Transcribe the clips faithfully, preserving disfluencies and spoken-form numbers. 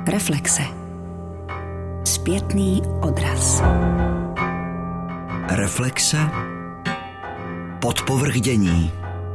Reflexe. Zpětný odraz. Reflexe. Podpovrch dění.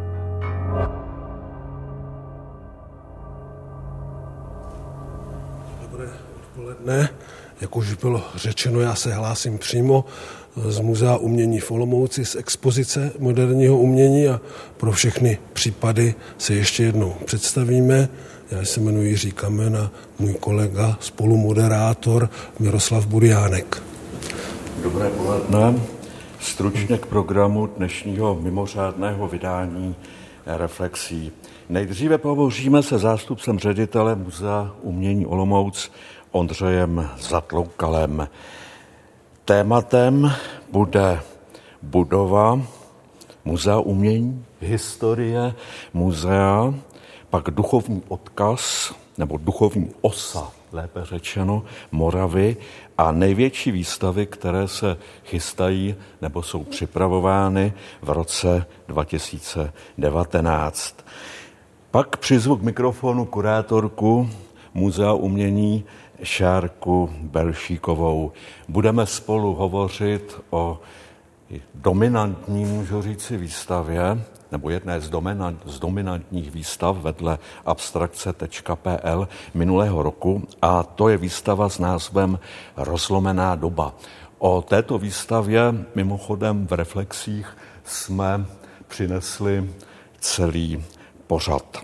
Dobré odpoledne. Jak už bylo řečeno, já se hlásím přímo z Muzea umění v Olomouci, z expozice moderního umění a pro všechny případy se ještě jednou představíme. Já se jmenuji Jiří Kamen a můj kolega, spolumoderátor Miroslav Buriánek. Dobré poledne. Stručně k programu dnešního mimořádného vydání Reflexí. Nejdříve pohovoříme se zástupcem ředitele Muzea umění Olomouc Ondřejem Zatloukalem. Tématem bude budova Muzea umění, historie muzea, pak duchovní odkaz, nebo duchovní osa, lépe řečeno, Moravy a největší výstavy, které se chystají nebo jsou připravovány v roce dva tisíce devatenáct. Pak přizvu k mikrofonu kurátorku Muzea umění Šárku Belšíkovou. Budeme spolu hovořit o dominantní, můžu říci, výstavě, nebo jedné z, dominant, z dominantních výstav vedle abstrakce tečka p l minulého roku, a to je výstava s názvem Rozlomená doba. O této výstavě mimochodem v Reflexích jsme přinesli celý pořad.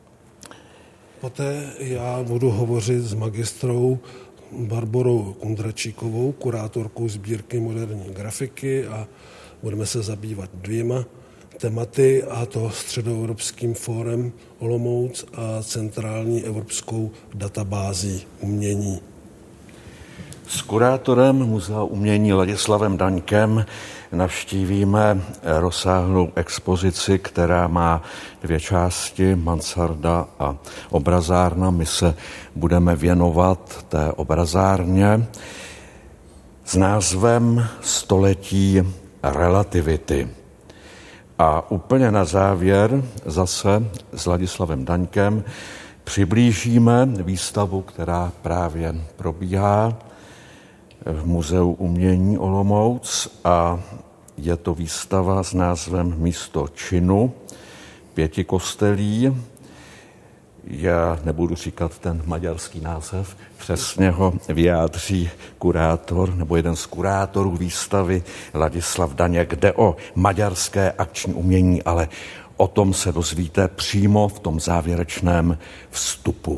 Poté já budu hovořit s magistrou Barborou Kundračíkovou, kurátorkou sbírky moderní grafiky, a budeme se zabývat dvěma tématy, a to Středoevropským fórem Olomouc a Centrální evropskou databází umění. S kurátorem Muzea umění Ladislavem Daňkem navštívíme rozsáhlou expozici, která má dvě části, mansarda a obrazárna. My se budeme věnovat té obrazárně s názvem Století relativity. A úplně na závěr zase s Ladislavem Daňkem přiblížíme výstavu, která právě probíhá v Muzeu umění Olomouc, a je to výstava s názvem Místo činu pěti kostelí. Já nebudu říkat ten maďarský název, přesně ho vyjádří kurátor nebo jeden z kurátorů výstavy Ladislav Daněk. Jde o maďarské akční umění, ale o tom se dozvíte přímo v tom závěrečném vstupu.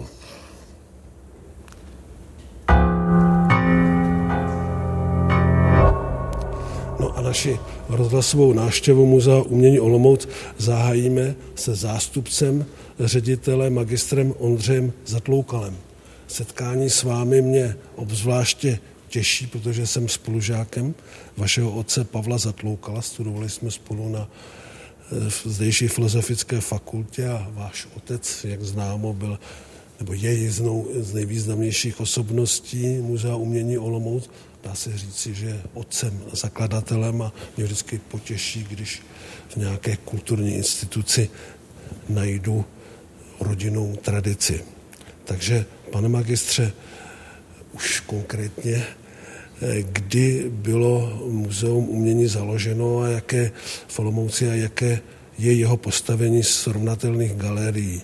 No a naši rozhlasovou návštěvu Muzea umění Olomouc zahájíme se zástupcem ředitele magistrem Ondřejem Zatloukalem. Setkání s vámi mě obzvláště těší, protože jsem spolužákem vašeho otce Pavla Zatloukala. Studovali jsme spolu na zdejší filozofické fakultě a váš otec, jak známo, byl nebo je jednou z nejvýznamnějších osobností Muzea umění Olomouc. Dá se říci, že je otcem, zakladatelem, a mě vždycky potěší, když v nějaké kulturní instituci najdu rodinnou tradici. Takže, pane magistře, už konkrétně, kdy bylo Muzeum umění založeno a jaké v Olomouci a jaké je jeho postavení srovnatelných galerií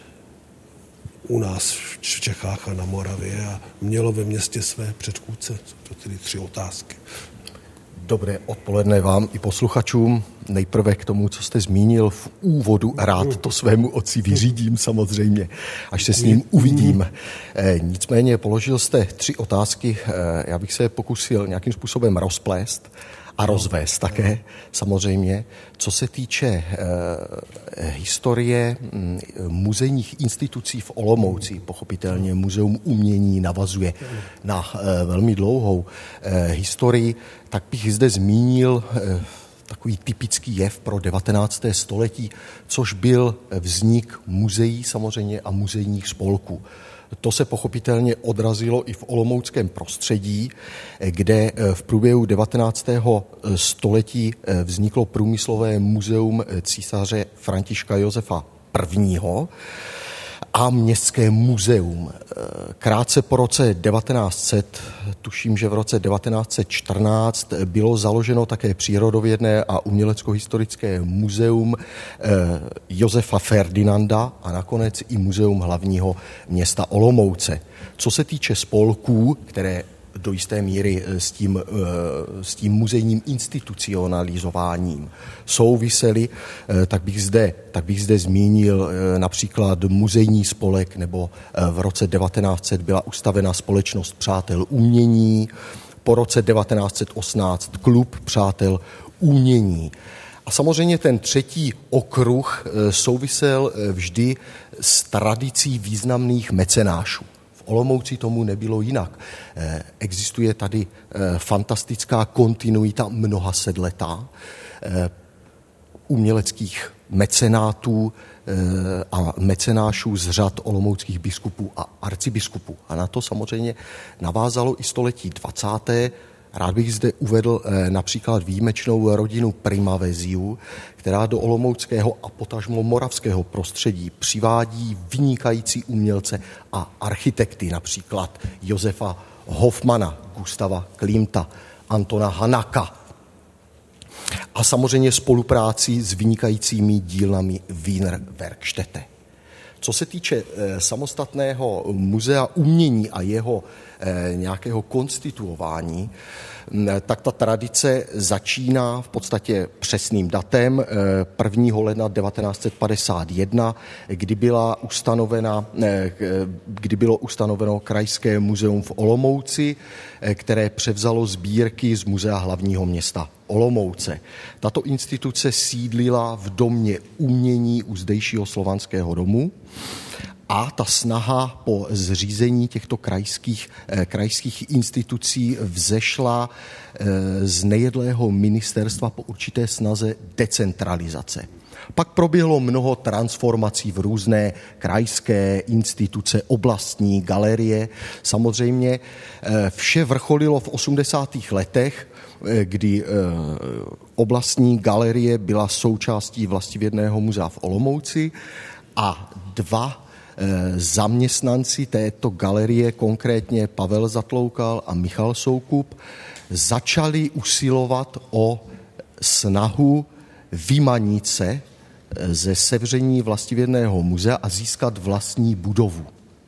u nás v Čechách a na Moravě a mělo ve městě své předchůdce? Jsou to tedy tři otázky. Dobré odpoledne vám i posluchačům. Nejprve k tomu, co jste zmínil v úvodu. Rád to svému otci vyřídím samozřejmě, až se s ním uvidím. E, nicméně položil jste tři otázky. E, já bych se pokusil nějakým způsobem rozplést a rozvést také, samozřejmě. Co se týče e, historie m, muzejních institucí v Olomouci, pochopitelně Muzeum umění navazuje na e, velmi dlouhou e, historii, tak bych zde zmínil e, takový typický jev pro devatenácté století, což byl vznik muzeí samozřejmě a muzejních spolků. To se pochopitelně odrazilo i v olomouckém prostředí, kde v průběhu devatenáctého století vzniklo průmyslové muzeum císaře Františka Josefa I. a Městské muzeum. Krátce po roce devatenáct set, tuším, že v roce devatenáct set čtrnáct, bylo založeno také přírodovědné a umělecko-historické muzeum Josefa Ferdinanda a nakonec i muzeum hlavního města Olomouce. Co se týče spolků, které do jisté míry s tím, s tím muzejním institucionalizováním souvisely, tak bych zde, tak bych zde zmínil například muzejní spolek, nebo v roce devatenáct set byla ustavena Společnost přátel umění, po roce devatenáct set osmnáct Klub přátel umění. A samozřejmě ten třetí okruh souvisel vždy s tradicí významných mecenášů. Olomouci tomu nebylo jinak. Existuje tady fantastická kontinuita mnoha sedletá uměleckých mecenátů a mecenášů z řad olomouckých biskupů a arcibiskupů. A na to samozřejmě navázalo i století dvacáté Rád bych zde uvedl například výjimečnou rodinu Primaveziů, která do olomouckého a potažmo moravského prostředí přivádí vynikající umělce a architekty, například Josefa Hofmana, Gustava Klimta, Antona Hanaka a samozřejmě spolupráci s vynikajícími dílnami Wiener Werkstätte. Co se týče e, samostatného muzea umění a jeho e, nějakého konstituování, e, tak ta tradice začíná v podstatě přesným datem e, prvního ledna devatenáct set padesát jedna, kdy, byla ustanovena, e, kdy bylo ustanoveno Krajské muzeum v Olomouci, e, které převzalo sbírky z muzea hlavního města Olomouce. Tato instituce sídlila v domě umění u zdejšího Slovanského domu a ta snaha po zřízení těchto krajských, eh, krajských institucí vzešla eh, z nejedlého ministerstva po určité snaze decentralizace. Pak proběhlo mnoho transformací v různé krajské instituce, oblastní galerie. Samozřejmě eh, vše vrcholilo v osmdesátých letech, kdy oblastní galerie byla součástí Vlastivědného muzea v Olomouci a dva zaměstnanci této galerie, konkrétně Pavel Zatloukal a Michal Soukup, začali usilovat o snahu vymanit se ze sevření Vlastivědného muzea a získat vlastní budovu.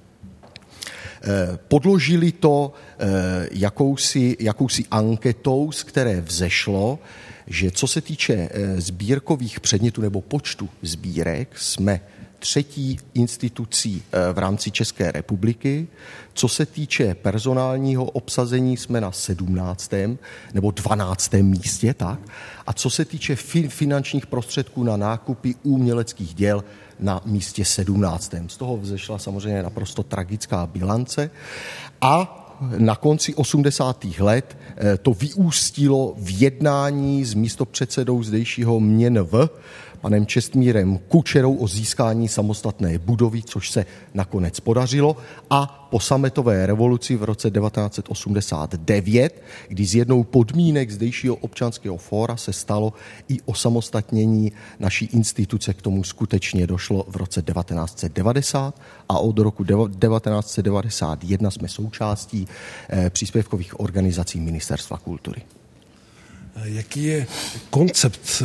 Podložili to jakousi, jakousi anketou, z které vzešlo, že co se týče sbírkových předmětů nebo počtu sbírek, jsme třetí institucí v rámci České republiky. Co se týče personálního obsazení, jsme na sedmnáctém nebo dvanáctém místě, tak? A co se týče finančních prostředků na nákupy uměleckých děl, na místě sedmnáctém. Z toho vzešla samozřejmě naprosto tragická bilance a na konci osmdesátých let to vyústilo v jednání s místopředsedou zdejšího M N V, panem Čestmírem Kučerou, o získání samostatné budovy, což se nakonec podařilo, a po sametové revoluci v roce devatenáct set osmdesát devět, kdy z jednou podmínek zdejšího občanského fóra se stalo i osamostatnění naší instituce, k tomu skutečně došlo v roce devatenáct set devadesát a od roku devatenáct set devadesát jedna jsme součástí příspěvkových organizací Ministerstva kultury. Jaký je koncept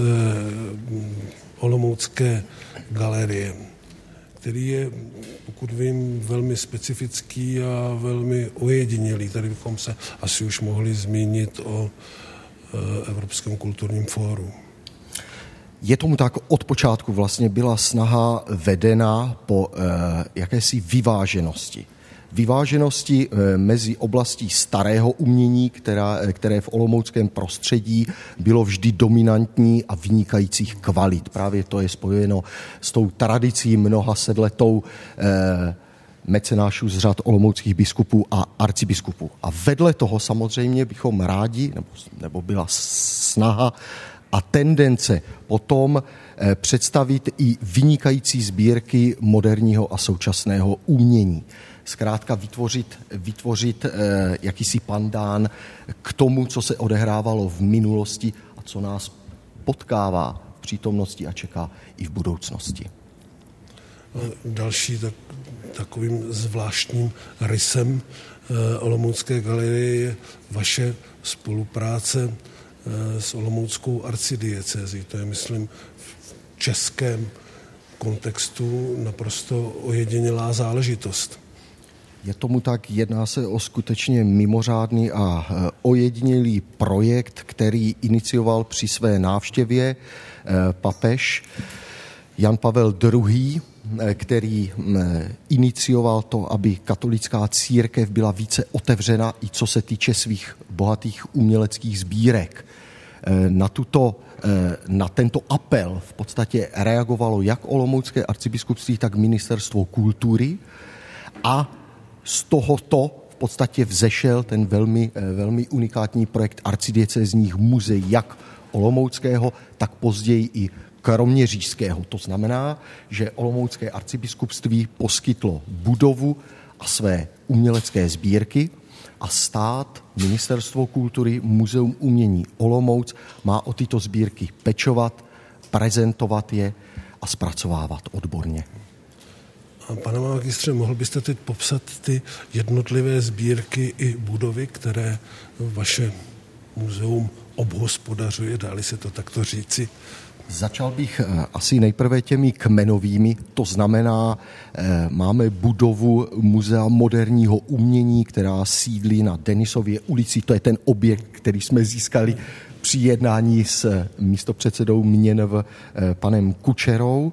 Olomoucké galerie, který je, pokud vím, velmi specifický a velmi ojedinělý. Tady bychom se asi už mohli zmínit o Evropském kulturním fóru. Je tomu tak, od počátku vlastně byla snaha vedena po eh, jakési vyváženosti. Vyváženosti mezi oblastí starého umění, která, které v olomouckém prostředí bylo vždy dominantní, a vynikajících kvalit. Právě to je spojeno s tou tradicí mnoha sedletou eh, mecenášů z řad olomouckých biskupů a arcibiskupů. A vedle toho samozřejmě bychom rádi, nebo, nebo byla snaha a tendence potom eh, představit i vynikající sbírky moderního a současného umění. Zkrátka vytvořit, vytvořit eh, jakýsi pandán k tomu, co se odehrávalo v minulosti a co nás potkává v přítomnosti a čeká i v budoucnosti. Další tak, takovým zvláštním rysem Olomoucké galerie je vaše spolupráce s Olomouckou arcidiecézí. To je, myslím, v českém kontextu naprosto ojedinělá záležitost. Je tomu tak, jedná se o skutečně mimořádný a ojedinělý projekt, který inicioval při své návštěvě papež Jan Pavel druhý., který inicioval to, aby katolická církev byla více otevřena i co se týče svých bohatých uměleckých sbírek. Na, tuto, na tento apel v podstatě reagovalo jak Olomoucké arcibiskupství, tak Ministerstvo kultury a z tohoto v podstatě vzešel ten velmi, velmi unikátní projekt arcidiecézních muzeí, jak olomouckého, tak později i kroměřížského. To znamená, že Olomoucké arcibiskupství poskytlo budovu a své umělecké sbírky a stát, Ministerstvo kultury, Muzeum umění Olomouc má o tyto sbírky pečovat, prezentovat je a zpracovávat odborně. A pane magistře, mohl byste teď popsat ty jednotlivé sbírky i budovy, které vaše muzeum obhospodařuje, dá-li se to takto říci? Začal bych asi nejprve těmi kmenovými, to znamená, máme budovu Muzea moderního umění, která sídlí na Denisově ulici, to je ten objekt, který jsme získali při jednání s místopředsedou MNIV panem Kučerou.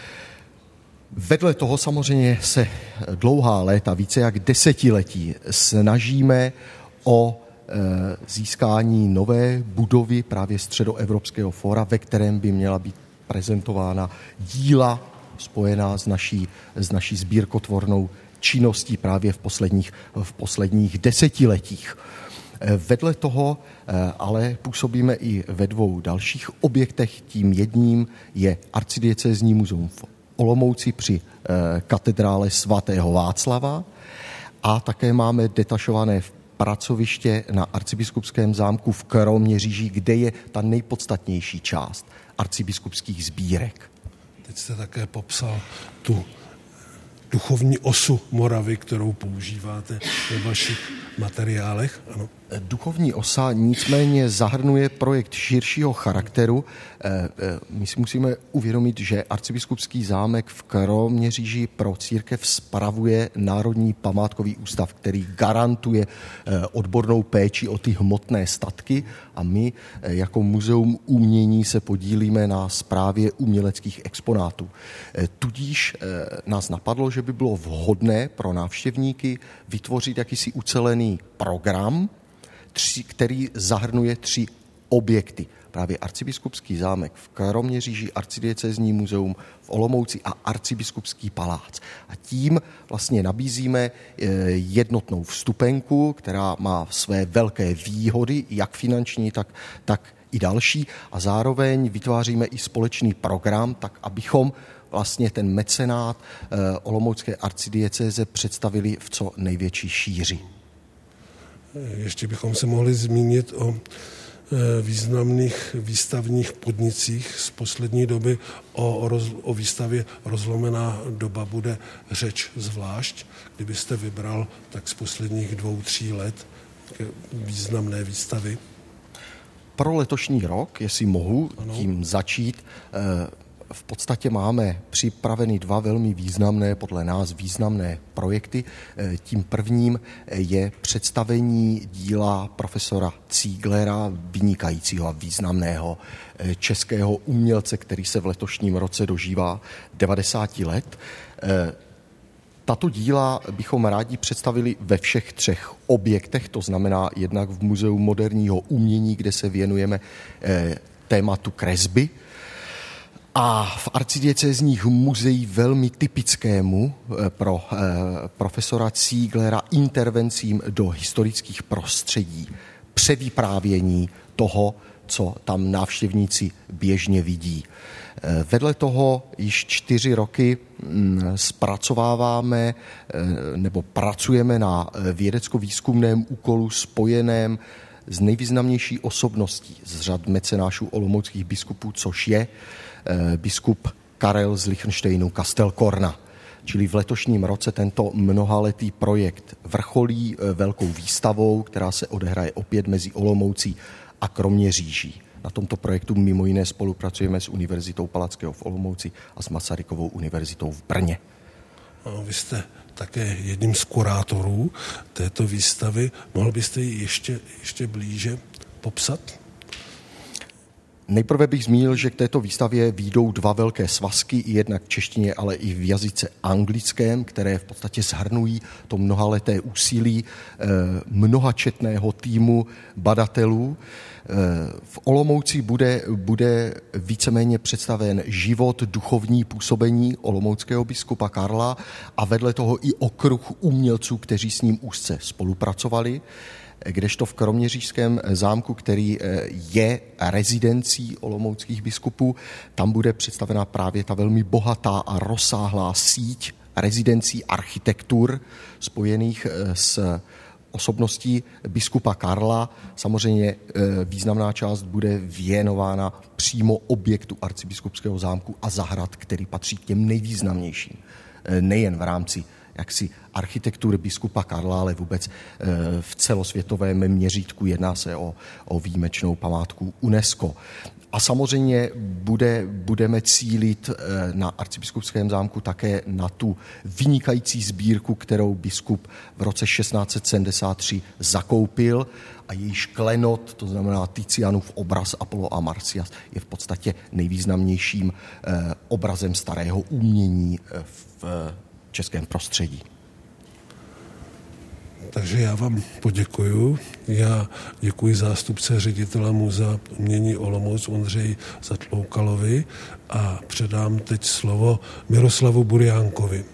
Vedle toho samozřejmě se dlouhá léta, více jak desetiletí, snažíme o získání nové budovy právě Středoevropského fóra, ve kterém by měla být prezentována díla spojená s naší, s naší sbírkotvornou činností právě v posledních, v posledních desetiletích. Vedle toho ale působíme i ve dvou dalších objektech. Tím jedním je arcidiecézní muzeum v Olomouci při katedrále svatého Václava a také máme detašované pracoviště na arcibiskupském zámku v Kroměříži, kde je ta nejpodstatnější část arcibiskupských sbírek. Teď jste také popsal tu duchovní osu Moravy, kterou používáte ve vašich materiálech. Ano. Duchovní osa nicméně zahrnuje projekt širšího charakteru. My si musíme uvědomit, že arcibiskupský zámek v Kroměříži pro církev spravuje Národní památkový ústav, který garantuje odbornou péči o ty hmotné statky a my jako Muzeum umění se podílíme na správě uměleckých exponátů. Tudíž nás napadlo, že by bylo vhodné pro návštěvníky vytvořit jakýsi ucelený program, tři, který zahrnuje tři objekty. Právě arcibiskupský zámek v Kroměříži, arcidiecézní muzeum v Olomouci a arcibiskupský palác. A tím vlastně nabízíme jednotnou vstupenku, která má své velké výhody, jak finanční, tak, tak i další. A zároveň vytváříme i společný program, tak abychom vlastně ten mecenát Olomoucké arcidiecéze představili v co největší šíři. Ještě bychom se mohli zmínit o významných výstavních podnicích z poslední doby. O, roz, o výstavě Rozlomená doba bude řeč zvlášť. Kdybyste vybral tak z posledních dvou, tří let významné výstavy. Pro letošní rok, jestli mohu ano. tím začít, v podstatě máme připraveny dva velmi významné, podle nás významné projekty. Tím prvním je představení díla profesora Zieglera, vynikajícího a významného českého umělce, který se v letošním roce dožívá devadesáti let. Tato díla bychom rádi představili ve všech třech objektech, to znamená jednak v Muzeu moderního umění, kde se věnujeme tématu kresby, a v arcidiecézních muzeích velmi typickému pro profesora Zieglera intervencím do historických prostředí, převyprávění toho, co tam návštěvníci běžně vidí. Vedle toho již čtyři roky zpracováváme nebo pracujeme na vědecko-výzkumném úkolu spojeném s nejvýznamnější osobností z řad mecenášů olomouckých biskupů, což je biskup Karel z Lichtensteinu Kastelkorna. Čili v letošním roce tento mnohaletý projekt vrcholí velkou výstavou, která se odehraje opět mezi Olomoucí a Kroměříží. Na tomto projektu mimo jiné spolupracujeme s Univerzitou Palackého v Olomouci a s Masarykovou univerzitou v Brně. No, vy jste také jedním z kurátorů této výstavy. Mohl byste ji ještě, ještě blíže popsat? Nejprve bych zmínil, že k této výstavě výjdou dva velké svazky, jednak v češtině, ale i v jazyce anglickém, které v podstatě shrnují to mnohaleté úsilí eh, mnohačetného týmu badatelů. Eh, v Olomouci bude, bude víceméně představen život, duchovní působení olomouckého biskupa Karla a vedle toho i okruh umělců, kteří s ním úzce spolupracovali. Kdežto v Kroměřížském zámku, který je rezidencí olomouckých biskupů, tam bude představena právě ta velmi bohatá a rozsáhlá síť rezidencí architektur spojených s osobností biskupa Karla. Samozřejmě významná část bude věnována přímo objektu arcibiskupského zámku a zahrad, který patří k těm nejvýznamnějším. Nejen v rámci jaksi architektury biskupa Karla, ale vůbec v celosvětovém měřítku jedná se o, o výjimečnou památku UNESCO. A samozřejmě bude, budeme cílit na arcibiskupském zámku také na tu vynikající sbírku, kterou biskup v roce šestnáct set sedmdesát tři zakoupil a jejíž klenot, to znamená Tizianův obraz Apollo a Marsyas, je v podstatě nejvýznamnějším obrazem starého umění v českém prostředí. Takže já vám poděkuju. Já děkuji zástupce ředitele Muzea umění Olomouc Ondřeji Zatloukalovi a předám teď slovo Miroslavu Buriánkovi.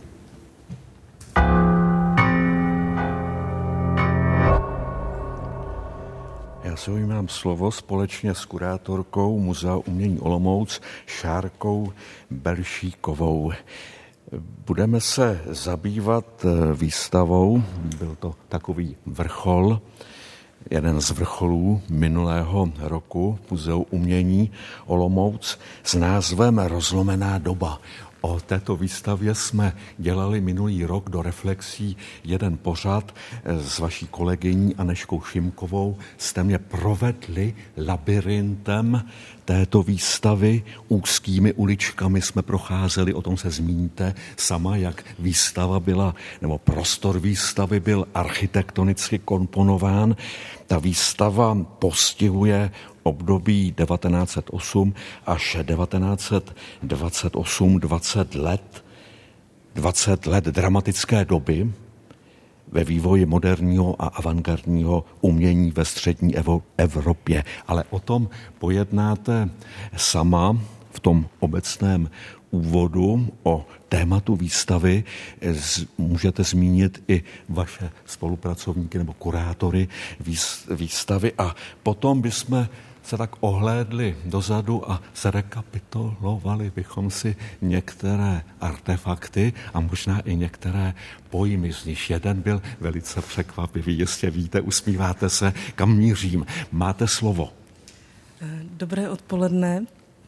Já si ujímám slovo společně s kurátorkou Muzea umění Olomouc Šárkou Belšíkovou. Budeme se zabývat výstavou, byl to takový vrchol, jeden z vrcholů minulého roku Muzeu umění Olomouc s názvem Rozlomená doba. O této výstavě jsme dělali minulý rok do reflexí jeden pořad s vaší kolegyní Anežkou Šimkovou. Jste mě provedli labirintem této výstavy, úzkými uličkami jsme procházeli, o tom se zmíníte sama, jak výstava byla, nebo prostor výstavy byl architektonicky komponován. Ta výstava postihuje období devatenáct set osm až devatenáct set dvacet osm, dvacet let, dvacet let dramatické doby ve vývoji moderního a avantgardního umění ve střední Evropě. Ale o tom pojednáte sama v tom obecném úvodu o tématu výstavy. Můžete zmínit i vaše spolupracovníky nebo kurátory výstavy a potom bychom se tak ohlédli dozadu a zrekapitulovali bychom si některé artefakty a možná i některé pojmy, z nich jeden byl velice překvapivý. Jistě víte, usmíváte se, kam mířím. Máte slovo. Dobré odpoledne.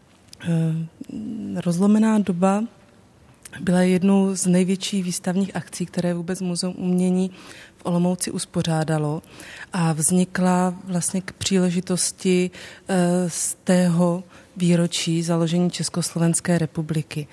Rozlomená doba byla jednou z největších výstavních akcí, které vůbec Muzeum umění v Olomouci uspořádalo a vznikla vlastně k příležitosti z tého výročí založení Československé republiky.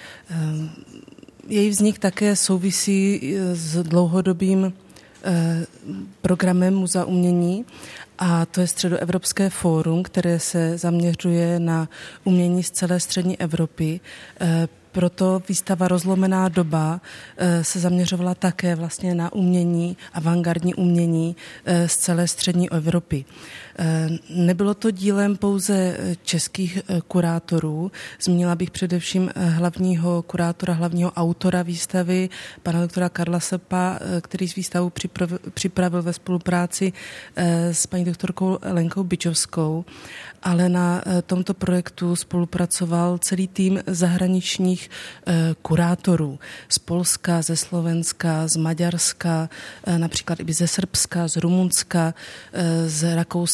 Její vznik také souvisí s dlouhodobým programem Muzea umění, a to je Středoevropské fórum, které se zaměřuje na umění z celé střední Evropy. Proto výstava Rozlomená doba se zaměřovala také vlastně na umění, avantgardní umění z celé střední Evropy. Nebylo to dílem pouze českých kurátorů. Zmínila bych především hlavního kurátora, hlavního autora výstavy, pana doktora Karla Sepa, který z výstavu připravil, připravil ve spolupráci s paní doktorkou Lenkou Bičovskou. Ale na tomto projektu spolupracoval celý tým zahraničních kurátorů z Polska, ze Slovenska, z Maďarska, například i ze Srbska, z Rumunska, z Rakouska,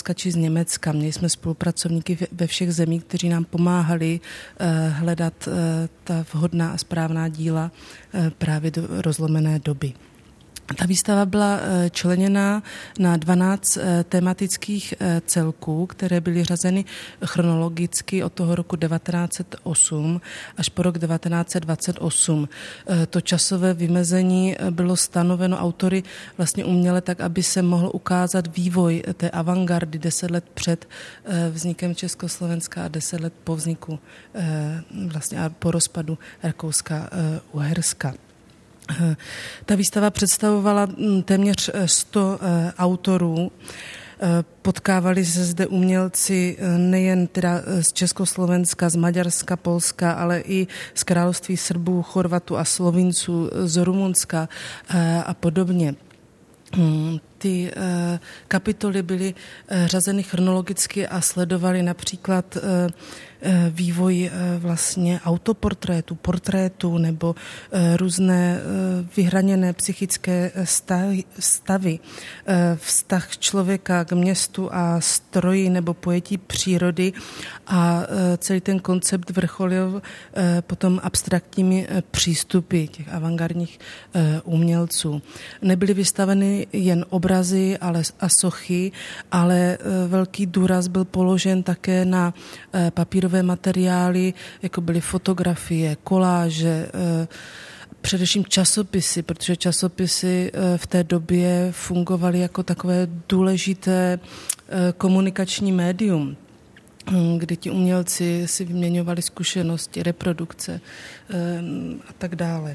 Polska či z Německa. Měli jsme spolupracovníky ve všech zemích, kteří nám pomáhali hledat ta vhodná a správná díla právě do rozlomené doby. Ta výstava byla členěná na dvanáct tematických celků, které byly řazeny chronologicky od toho roku devatenáct set osm až po rok devatenáct set dvacet osm. To časové vymezení bylo stanoveno autory vlastně uměle tak, aby se mohl ukázat vývoj té avantgardy deset let před vznikem Československa a deset let po vzniku vlastně a po rozpadu Rakouska-Uherska. Ta výstava představovala téměř sto autorů. Potkávali se zde umělci nejen teda z Československa, z Maďarska, Polska, ale i z království Srbů, Chorvatů a Slovinců, z Rumunska a podobně. Ty kapitoly byly řazeny chronologicky a sledovaly například vývoj vlastně autoportrétu, portrétu nebo různé vyhraněné psychické stavy, vztah člověka k městu a stroji nebo pojetí přírody a celý ten koncept vrcholil potom abstraktními přístupy těch avantgardních umělců. Nebyly vystaveny jen obrazy ale a sochy, ale velký důraz byl položen také na papírové materiály, jako byly fotografie, koláže, především časopisy, protože časopisy v té době fungovaly jako takové důležité komunikační médium, kdy ti umělci si vyměňovali zkušenosti, reprodukce a tak dále.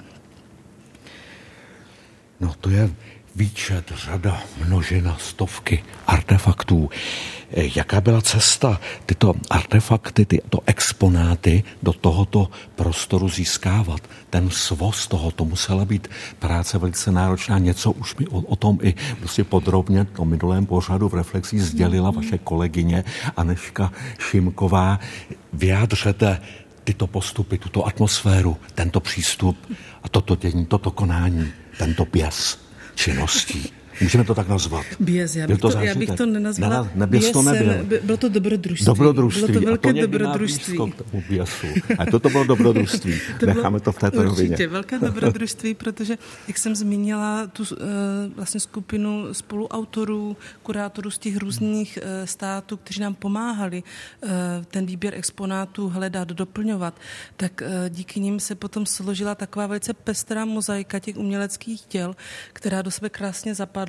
No to je výčet, řada, množina, stovky artefaktů. Jaká byla cesta tyto artefakty, tyto exponáty do tohoto prostoru získávat? Ten svoz toho, to musela být práce velice náročná. Něco už mi o, o tom i prostě podrobně o minulém pořadu v Reflexích sdělila vaše kolegyně Anežka Šimková. Vyjádřete tyto postupy, tuto atmosféru, tento přístup a toto dění, toto konání, tento běs činností. Můžeme to tak nazvat. Běs, já bych to, já bych to nenazvala. Ne, ne, běs to nebyl. Bylo to dobrodružství. Dobrodružství. Bylo to velké a to dobrodružství. K tomu běsu. A toto bylo dobrodružství. to bylo, Necháme to v této rovině. Určitě, velké dobrodružství, protože, jak jsem zmínila, tu uh, vlastně skupinu spoluautorů, kurátorů z těch různých uh, států, kteří nám pomáhali uh, ten výběr exponátů hledat, doplňovat, tak uh, díky nim se potom složila taková velice pestrá mozaika těch uměleckých děl, která do sebe krásně zapadla.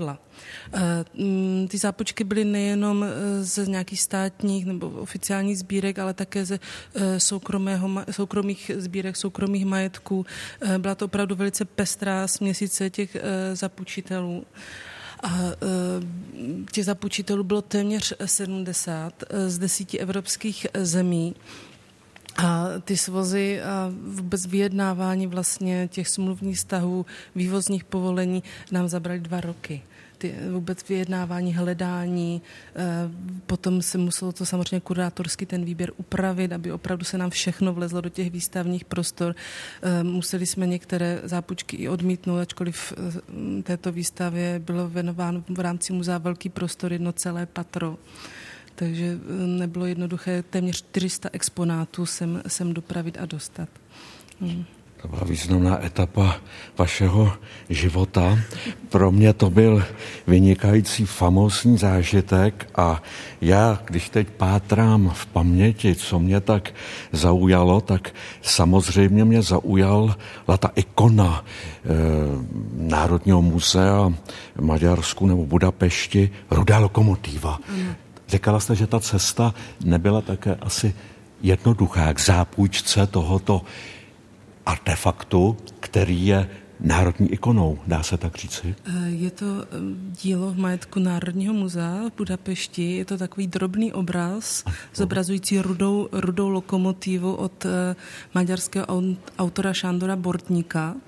Ty zápočky byly nejenom ze nějakých státních nebo oficiálních sbírek, ale také ze soukromého, soukromých sbírek, soukromých majetků. Byla to opravdu velice pestrá směsice těch zapůjčitelů. A těch zapůjčitelů bylo téměř sedmdesát z desíti evropských zemí. A ty svozy a vůbec vyjednávání vlastně těch smluvních vztahů, vývozních povolení nám zabrali dva roky. Ty vůbec vyjednávání, hledání, potom se muselo to samozřejmě kurátorsky ten výběr upravit, aby opravdu se nám všechno vlezlo do těch výstavních prostor. Museli jsme některé zápůjčky i odmítnout, ačkoliv v této výstavě bylo věnováno v rámci muzea velký prostor, jedno celé patro. Takže nebylo jednoduché téměř čtyři sta exponátů sem, sem dopravit a dostat. Hmm. To byla významná etapa vašeho života. Pro mě to byl vynikající famózní zážitek a já, když teď pátrám v paměti, co mě tak zaujalo, tak samozřejmě mě zaujala ta ikona e, Národního muzea v Maďarsku nebo Budapešti, Rudá lokomotiva. Hmm. Říkala jste, že ta cesta nebyla také asi jednoduchá k zápůjčce tohoto artefaktu, který je národní ikonou, dá se tak říci? Je to dílo v majetku Národního muzea v Budapešti. Je to takový drobný obraz zobrazující rudou, rudou lokomotivu od maďarského autora Sándora Bortníka.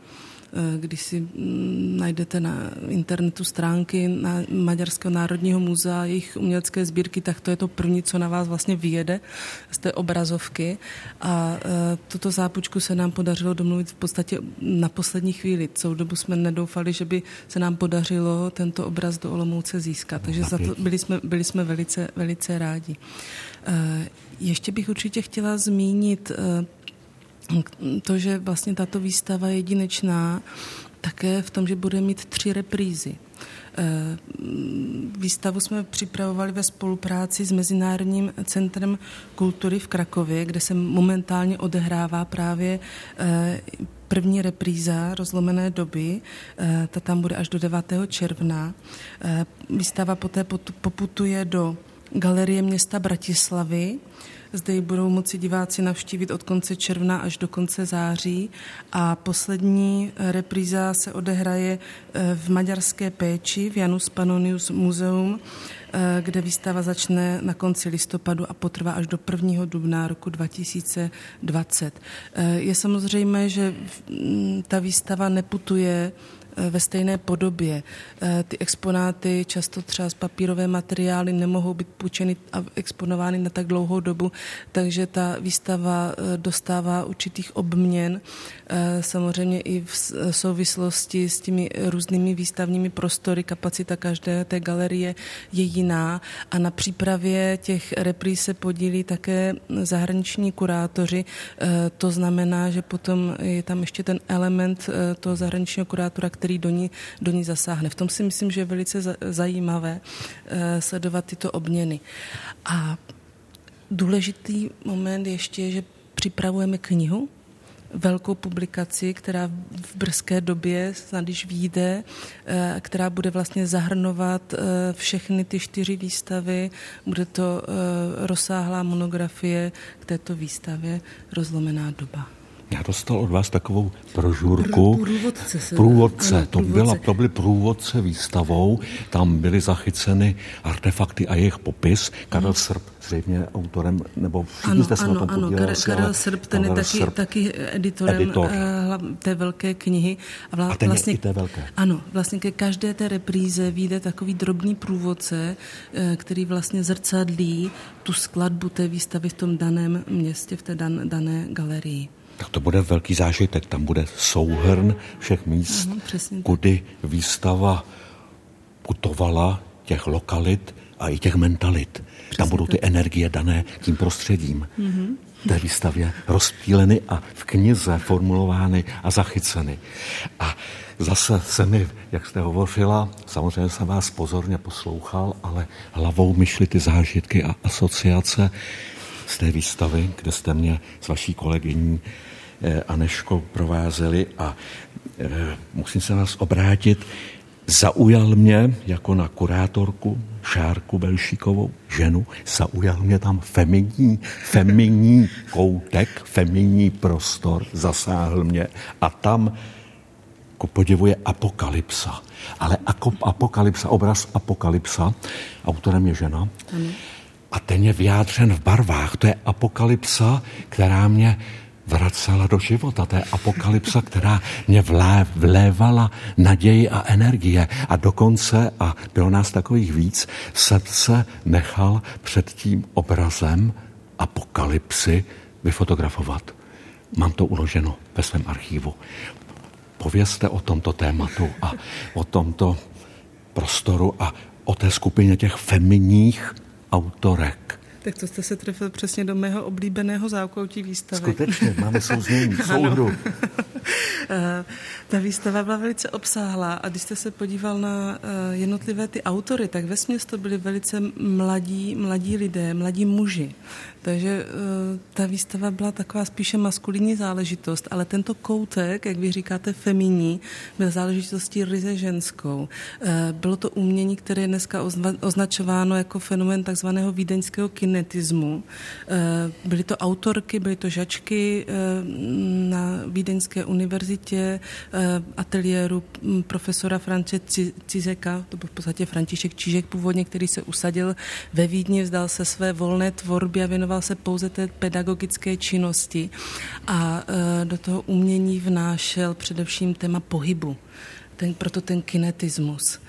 Když si najdete na internetu stránky na Maďarského národního muzea, jejich umělecké sbírky, tak to je to první, co na vás vlastně vyjede z té obrazovky. A tuto zápůjčku se nám podařilo domluvit v podstatě na poslední chvíli. Celou dobu jsme nedoufali, že by se nám podařilo tento obraz do Olomouce získat. Takže za to byli jsme, byli jsme velice, velice rádi. Ještě bych určitě chtěla zmínit to, že vlastně tato výstava je jedinečná také v tom, že bude mít tři reprízy. Výstavu jsme připravovali ve spolupráci s Mezinárodním centrem kultury v Krakově, kde se momentálně odehrává právě první repríza Rozlomené doby. Ta tam bude až do devátého června. Výstava poté poputuje do Galerie města Bratislavy. Zde ji budou moci diváci navštívit od konce června až do konce září a poslední repríza se odehraje v Maďarské Péči v Janus Pannonius Muzeum, kde výstava začne na konci listopadu a potrvá až do prvního dubna roku dva tisíce dvacet. Je samozřejmé, že ta výstava neputuje ve stejné podobě. Ty exponáty, často třeba z papírové materiály, nemohou být půjčeny a exponovány na tak dlouhou dobu, takže ta výstava dostává určitých obměn, samozřejmě i v souvislosti s těmi různými výstavními prostory, kapacita každé té galerie je jiná a na přípravě těch repríz se podílí také zahraniční kurátoři. To znamená, že potom je tam ještě ten element toho zahraničního kurátora, který do ní, do ní zasáhne. V tom si myslím, že je velice zajímavé sledovat tyto obměny. A důležitý moment ještě je, že připravujeme knihu, velkou publikaci, která v brzké době, snad když vyjde, která bude vlastně zahrnovat všechny ty čtyři výstavy. Bude to rozsáhlá monografie k této výstavě Rozlomená doba. Já dostal od vás takovou brožurku. Průvodce. Se průvodce. Ano, to, průvodce. Byla, to byly průvodce výstavou. Tam byly zachyceny artefakty a jejich popis. Karel Srb, zřejmě autorem, nebo všichni jste se ano, na tom ano, podíleli. Karel Srb, ten je taky, Srb, taky editorem editor. té velké knihy. A, vla, a ten vlastně, je i té velké. Ano, vlastně ke každé té repríze vyjde takový drobný průvodce, který vlastně zrcadlí tu skladbu té výstavy v tom daném městě, v té dan, dané galerii. Tak to bude velký zážitek. Tam bude souhrn všech míst, mm, kudy výstava putovala, těch lokalit a i těch mentalit. Přesně tam budou ty tak. energie dané tím prostředím. Mm-hmm. V té výstavě rozptýleny a v knize formulovány a zachyceny. A zase se mi, jak jste hovořila, samozřejmě jsem vás pozorně poslouchal, ale hlavou mi šly ty zážitky a asociace z té výstavy, kde jste mě s vaší kolegyní Anežkou provázeli a e, musím se vás obrátit. Zaujal mě jako na kurátorku Šárku Belšíkovou, ženu, zaujal mě tam feminní, feminní koutek, feminní prostor, zasáhl mě a tam ku podivu je Apokalypsa. Ale Apokalypsa, obraz Apokalypsa, autorem je žena, ano. A ten je vyjádřen v barvách. To je apokalypsa, která mě vracela do života. To je apokalypsa, která mě vlé, vlévala naději a energie. A dokonce, a bylo nás takových víc, srdce nechal před tím obrazem apokalypsy vyfotografovat. Mám to uloženo ve svém archivu. Povězte o tomto tématu a o tomto prostoru a o té skupině těch feminních autorek. Tak to jste se trefil přesně do mého oblíbeného zákoutí výstavy. Skutečně, máme souznění, souhru. Ta výstava byla velice obsáhlá a když jste se podíval na jednotlivé ty autory, tak vesměs to byli velice mladí, mladí lidé, mladí muži. Takže ta výstava byla taková spíše maskulinní záležitost, ale tento koutek, jak vy říkáte, feminní, byl záležitostí ryze ženskou. Bylo to umění, které je dneska označováno jako fenomén takzvaného vídeňského kinetismu. Byly to autorky, byly to žačky na Vídeňské univerzitě, univerzitě ateliéru profesora France Cizeka, to byl v podstatě František Čížek původně, který se usadil ve Vídni, vzdal se své volné tvorby a věnoval se pouze té pedagogické činnosti a do toho umění vnášel především téma pohybu, ten, proto ten kinetismus.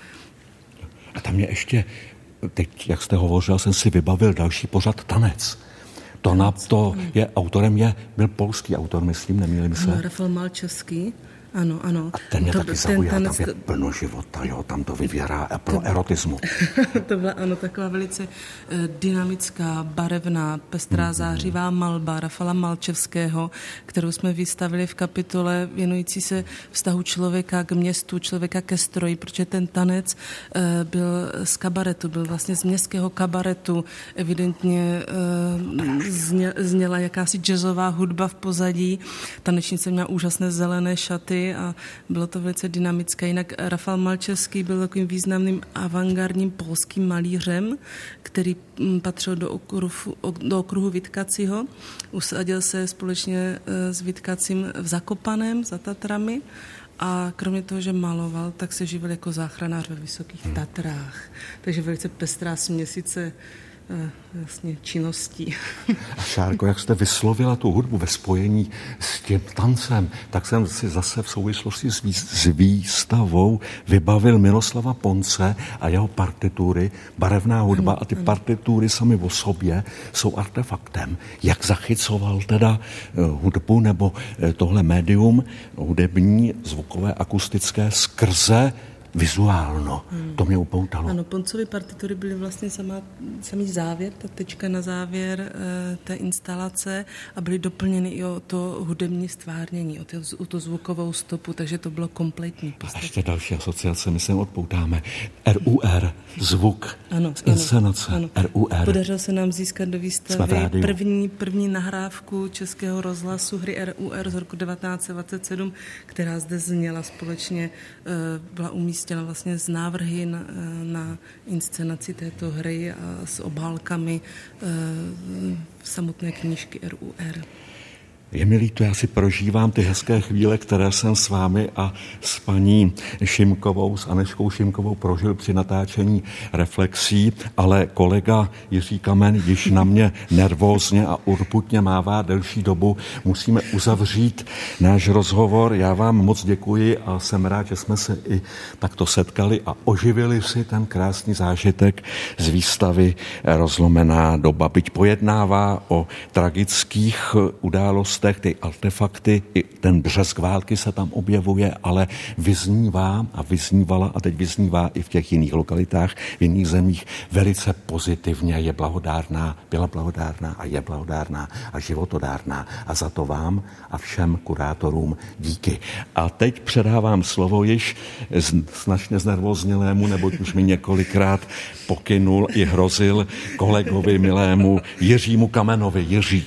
A tam je ještě, teď, jak jste hovořil, jsem si vybavil další pořad Tanec. To na to je autorem, je, byl polský autor, myslím, nemýlím se. No, Rafal Malčevský. Ano, ano. A ten mě to, taky zaujal, ten, tam je to, plno života, jo, tam to vyvěrá pro erotismu. To byla, ano, taková velice eh, dynamická, barevná, pestrá, zářivá malba Rafala Malčevského, kterou jsme vystavili v kapitole věnující se vztahu člověka k městu, člověka ke stroji, protože ten tanec eh, byl z kabaretu, byl vlastně z městského kabaretu, evidentně eh, zně, zněla jakási jazzová hudba v pozadí, tanečnice měla úžasné zelené šaty a bylo to velice dynamické. Jinak Rafal Malčevský byl takovým významným avantgardním polským malířem, který patřil do okruhu, do okruhu Witkacího. Usadil se společně s Witkacím v Zakopaném za Tatrami a kromě toho, že maloval, tak se živil jako záchranář ve Vysokých Tatrách. Takže velice pestrá směsice vlastně činností. A Šárko, jak jste vyslovila tu hudbu ve spojení s tím tancem, tak jsem si zase v souvislosti s, vý, s výstavou vybavil Miroslava Ponce a jeho partitury, barevná hudba ano, a ty ano. partitury sami o sobě jsou artefaktem. Jak zachycoval teda hudbu nebo tohle médium hudební, zvukové, akustické skrze vizuálno. Hmm. To mě upoutalo. Ano, Poncovy partitury byly vlastně sama, samý závěr, ta tečka na závěr e, té instalace a byly doplněny i o to hudební stvárnění, o, ty, o to zvukovou stopu, takže to bylo kompletní. A ještě další asociace, my se odpoutáme. R U R, zvuk, ano, inscenace, ano, ano. R U R. Podařilo se nám získat do výstavy první, první nahrávku Českého rozhlasu hry R U R z roku devatenáct set dvacet sedm, která zde zněla společně, e, byla umístěna vlastně z návrhy na, na inscenaci této hry a s obálkami e, samotné knížky R U R. Je mi líto, já si prožívám ty hezké chvíle, které jsem s vámi a s paní Šimkovou, s Aneškou Šimkovou prožil při natáčení Reflexí, ale kolega Jiří Kamen již na mě nervózně a urputně mává delší dobu. Musíme uzavřít náš rozhovor. Já vám moc děkuji a jsem rád, že jsme se i takto setkali a oživili si ten krásný zážitek z výstavy Rozlomená doba. Byť pojednává o tragických událostech, ty artefakty, i ten břesk války se tam objevuje, ale vyznívá a vyznívala a teď vyznívá i v těch jiných lokalitách, v jiných zemích velice pozitivně, je blahodárná, byla blahodárná a je blahodárná a životodárná. A za to vám a všem kurátorům díky. A teď předávám slovo již značně znervoznělému, neboť už mi několikrát pokynul i hrozil kolegovi milému Jiřímu Kamenovi. Jiří.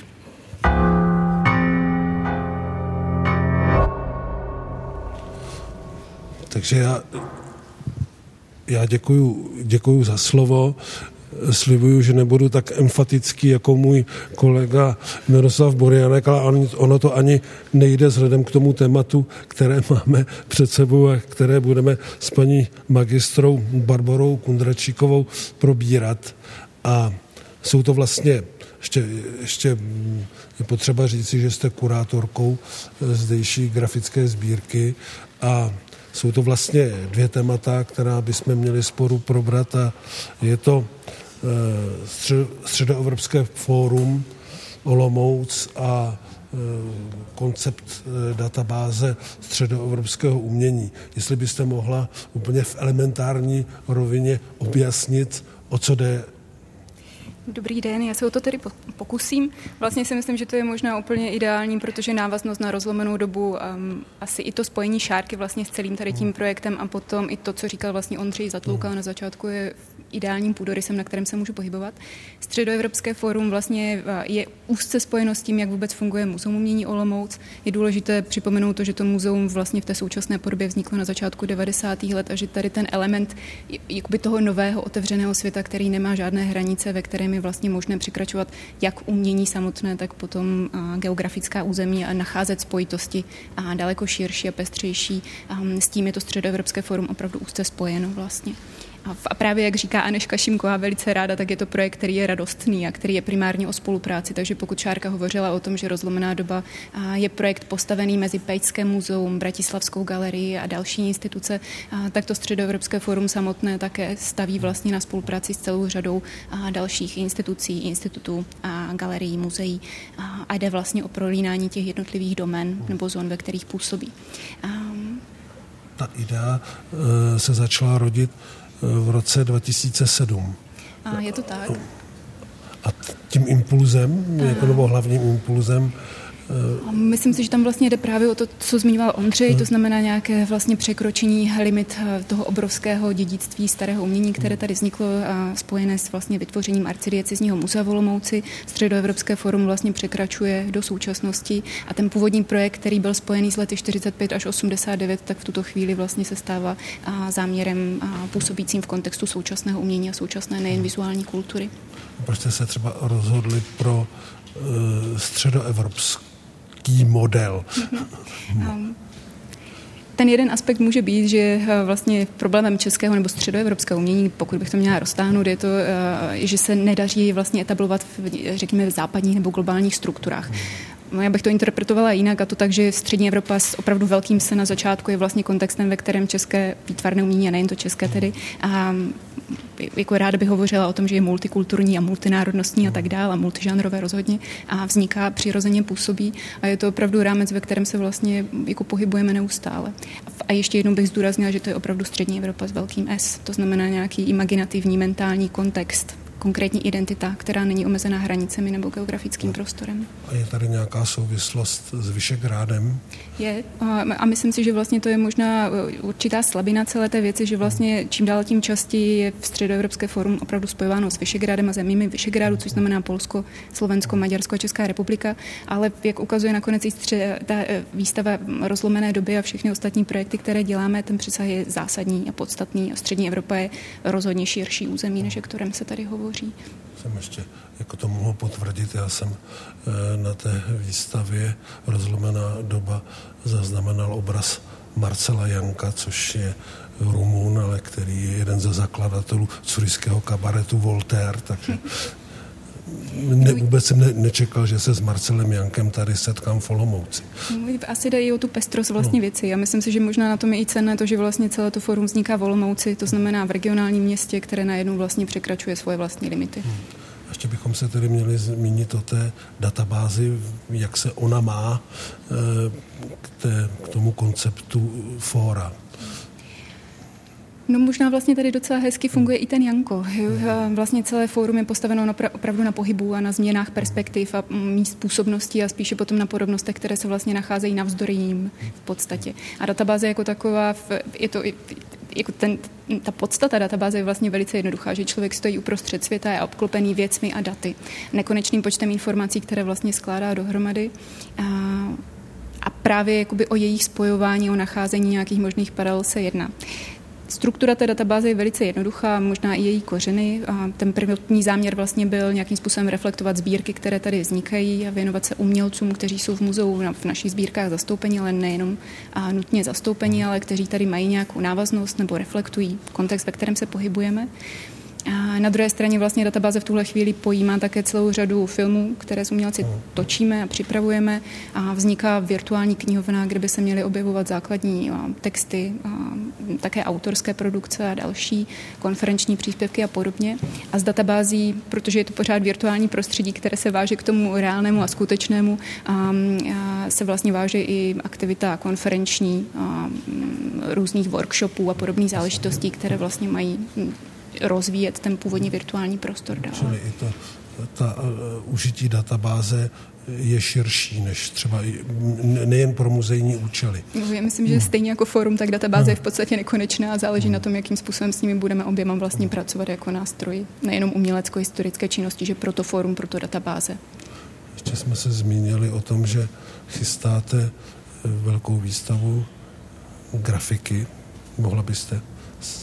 Takže já, já děkuju, děkuju za slovo. Slibuju, že nebudu tak emfatický jako můj kolega Miroslav Burianek, ale ono to ani nejde vzhledem k tomu tématu, které máme před sebou a které budeme s paní magistrou Barborou Kundračíkovou probírat. A jsou to vlastně, ještě, ještě je potřeba říci, že jste kurátorkou zdejší grafické sbírky a jsou to vlastně dvě témata, která bychom měli sporu probrat a je to Středoevropské fórum Olomouc a koncept databáze středoevropského umění. Jestli byste mohla úplně v elementární rovině objasnit, o co jde. Dobrý den, já se o to tedy pokusím. Vlastně si myslím, že to je možná úplně ideální, protože návaznost na rozlomenou dobu, um, asi i to spojení Šárky vlastně s celým tady tím projektem a potom i to, co říkal vlastně Ondřej Zatloukal na začátku, je ideálním půdorysem, na kterém se můžu pohybovat. Středoevropské fórum vlastně je úzce spojeno s tím, jak vůbec funguje Muzeum umění Olomouc. Je důležité připomenout to, že to muzeum vlastně v té současné podobě vzniklo na začátku devadesátých let a že tady ten element jakoby toho nového otevřeného světa, který nemá žádné hranice, ve kterém je vlastně možné překračovat jak umění samotné, tak potom geografická území a nacházet spojitosti a daleko širší a pestřejší. S tím je to Středoevropské fórum opravdu úzce spojeno vlastně. A právě, jak říká Anežka Šimková velice ráda, tak je to projekt, který je radostný a který je primárně o spolupráci. Takže pokud Šárka hovořila o tom, že Rozlomená doba je projekt postavený mezi Pejčské muzeum, Bratislavskou galerii a další instituce, tak to Středoevropské fórum samotné také staví vlastně na spolupráci s celou řadou dalších institucí, institutů a galerií, muzeí a jde vlastně o prolínání těch jednotlivých domén nebo zón, ve kterých působí. Ta idea se začala rodit v roce dva tisíce sedm. A je to tak. A tím impulzem, jako nebo hlavním impulzem, myslím si, že tam vlastně jde právě o to, co zmiňoval Ondřej, to znamená nějaké vlastně překročení limit toho obrovského dědictví starého umění, které tady vzniklo a spojené s vlastně vytvořením arcidiecezního muzea v Olomouci. Středoevropské fórum vlastně překračuje do současnosti a ten původní projekt, který byl spojený s lety čtyřicet pět až osmdesát devět, tak v tuto chvíli vlastně se stává záměrem působícím v kontextu současného umění a současné nejen vizuální kultury. Proč jste se třeba rozhodli pro uh, středoevropské model? um, ten jeden aspekt může být, že vlastně problémem českého nebo středoevropského umění, pokud bych to měla roztáhnout, je to, že se nedaří vlastně etablovat v, řekněme, v západních nebo globálních strukturách. Já bych to interpretovala jinak, a to tak, že střední Evropa s opravdu velkým se na začátku je vlastně kontextem, ve kterém české výtvarné umění, a nejen to české tedy, a jako ráda bych hovořila o tom, že je multikulturní a multinárodnostní a tak dále, a multižánrové rozhodně, a vzniká, přirozeně působí a je to opravdu rámec, ve kterém se vlastně jako pohybujeme neustále. A ještě jednou bych zdůraznila, že to je opravdu střední Evropa s velkým S, to znamená nějaký imaginativní mentální kontext, konkrétní identita, která není omezená hranicemi nebo geografickým no. prostorem. A je tady nějaká souvislost s Vyšegrádem? Je a myslím si, že vlastně to je možná určitá slabina celé té věci, že vlastně čím dál tím častěji je v Středoevropské fórum opravdu spojováno s Vyšegrádem a zeměmi Vyšegrádu, což znamená Polsko, Slovensko, Maďarsko a Česká republika, ale jak ukazuje nakonec i stře- ta výstava Rozlomené doby a všechny ostatní projekty, které děláme, ten přesah je zásadní a podstatný a střední Evropa je rozhodně širší území, než o kterém se tady hovoří. Jsem ještě, jako to mohu potvrdit, já jsem na té výstavě Rozlomená doba zaznamenal obraz Marcela Janka, což je Rumun, ale který je jeden ze zakladatelů curyšského kabaretu Voltaire, takže ne, vůbec jsem ne, nečekal, že se s Marcelem Jankem tady setkám v Olomouci. Asi jde i o tu pestrost vlastně no. věci. Já myslím si, že možná na tom je i cenné to, že vlastně celé to fórum vzniká v Olomouci, to znamená v regionálním městě, které najednou vlastně překračuje svoje vlastní limity. Hmm. Ještě bychom se tedy měli zmínit o té databázi, jak se ona má k, té, k tomu konceptu fóra. No možná vlastně tady docela hezky funguje i ten Janko. Vlastně celé fórum je postaveno na, opravdu na pohybu a na změnách perspektiv a míst působností a spíše potom na podobnostech, které se vlastně nacházejí navzdory jim v podstatě. A databáze jako taková, je to jako ten, ta podstata databáze je vlastně velice jednoduchá, že člověk stojí uprostřed světa, je obklopený věcmi a daty. Nekonečným počtem informací, které vlastně skládá dohromady. A, a právě jakoby o jejich spojování, o nacházení nějakých možných paralel se jedná. Struktura té databáze je velice jednoduchá, možná i její kořeny. A ten prvotní záměr vlastně byl nějakým způsobem reflektovat sbírky, které tady vznikají a věnovat se umělcům, kteří jsou v muzeu v našich sbírkách zastoupeni, ale nejenom a nutně zastoupeni, ale kteří tady mají nějakou návaznost nebo reflektují kontext, ve kterém se pohybujeme. A na druhé straně vlastně databáze v tuhle chvíli pojímá také celou řadu filmů, které s umělci točíme a připravujeme a vzniká virtuální knihovna, kde by se měly objevovat základní texty, a také autorské produkce a další konferenční příspěvky a podobně. A z databází, protože je to pořád virtuální prostředí, které se váže k tomu reálnému a skutečnému, a, a se vlastně váže i aktivita konferenční a různých workshopů a podobných záležitostí, které vlastně mají rozvíjet ten původní virtuální prostor dál. Čili i to, ta uh, užití databáze je širší než třeba i, nejen pro muzejní účely. Já myslím, že stejně jako fórum, tak databáze je v podstatě nekonečná a záleží na tom, jakým způsobem s nimi budeme oběma vlastně pracovat jako nástroj. Nejenom umělecko-historické činnosti, že proto fórum, proto databáze. Ještě jsme se zmínili o tom, že chystáte velkou výstavu grafiky. Mohla byste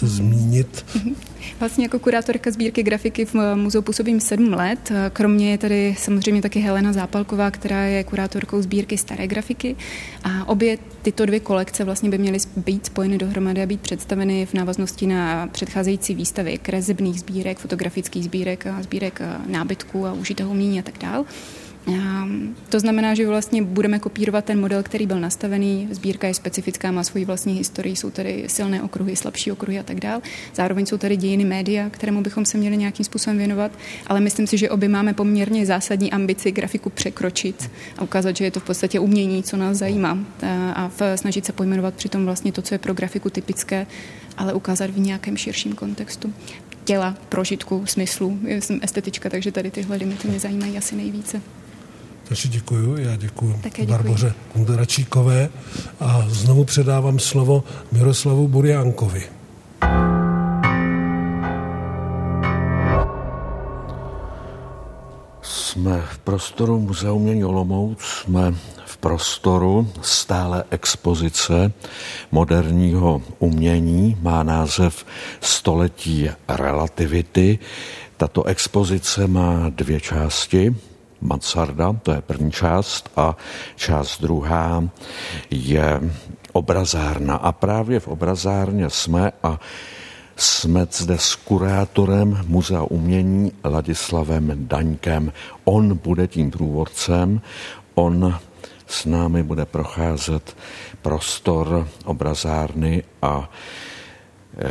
se zmínit? Vlastně jako kurátorka sbírky grafiky v muzeu působím sedm let. Kromě je tady samozřejmě taky Helena Zápalková, která je kurátorkou sbírky staré grafiky. A obě tyto dvě kolekce vlastně by měly být spojeny dohromady a být představeny v návaznosti na předcházející výstavy kresebných sbírek, fotografických sbírek, sbírek nábytků a užitého umění a tak dál. To znamená, že vlastně budeme kopírovat ten model, který byl nastavený. Sbírka je specifická, má svoji vlastní historii, jsou tady silné okruhy, slabší okruhy a tak dál. Zároveň jsou tady dějiny média, kterému bychom se měli nějakým způsobem věnovat, ale myslím si, že obě máme poměrně zásadní ambici grafiku překročit a ukázat, že je to v podstatě umění, co nás zajímá, a snažit se pojmenovat přitom vlastně to, co je pro grafiku typické, ale ukázat v nějakém širším kontextu těla, prožitku, smyslu. Jsem estetička, takže tady tyhle limity mě zajímají asi nejvíce. Takže děkuju, já děkuju Barboře Kunderačíkové a znovu předávám slovo Miroslavu Burjánkovi. Jsme v prostoru Muzea umění Olomouc, jsme v prostoru stále expozice moderního umění, má název Století relativity. Tato expozice má dvě části. Mansarda, to je první část, a část druhá je obrazárna. A právě v obrazárně jsme a jsme zde s kurátorem Muzea umění Ladislavem Daňkem. On bude tím průvodcem, on s námi bude procházet prostor obrazárny a e,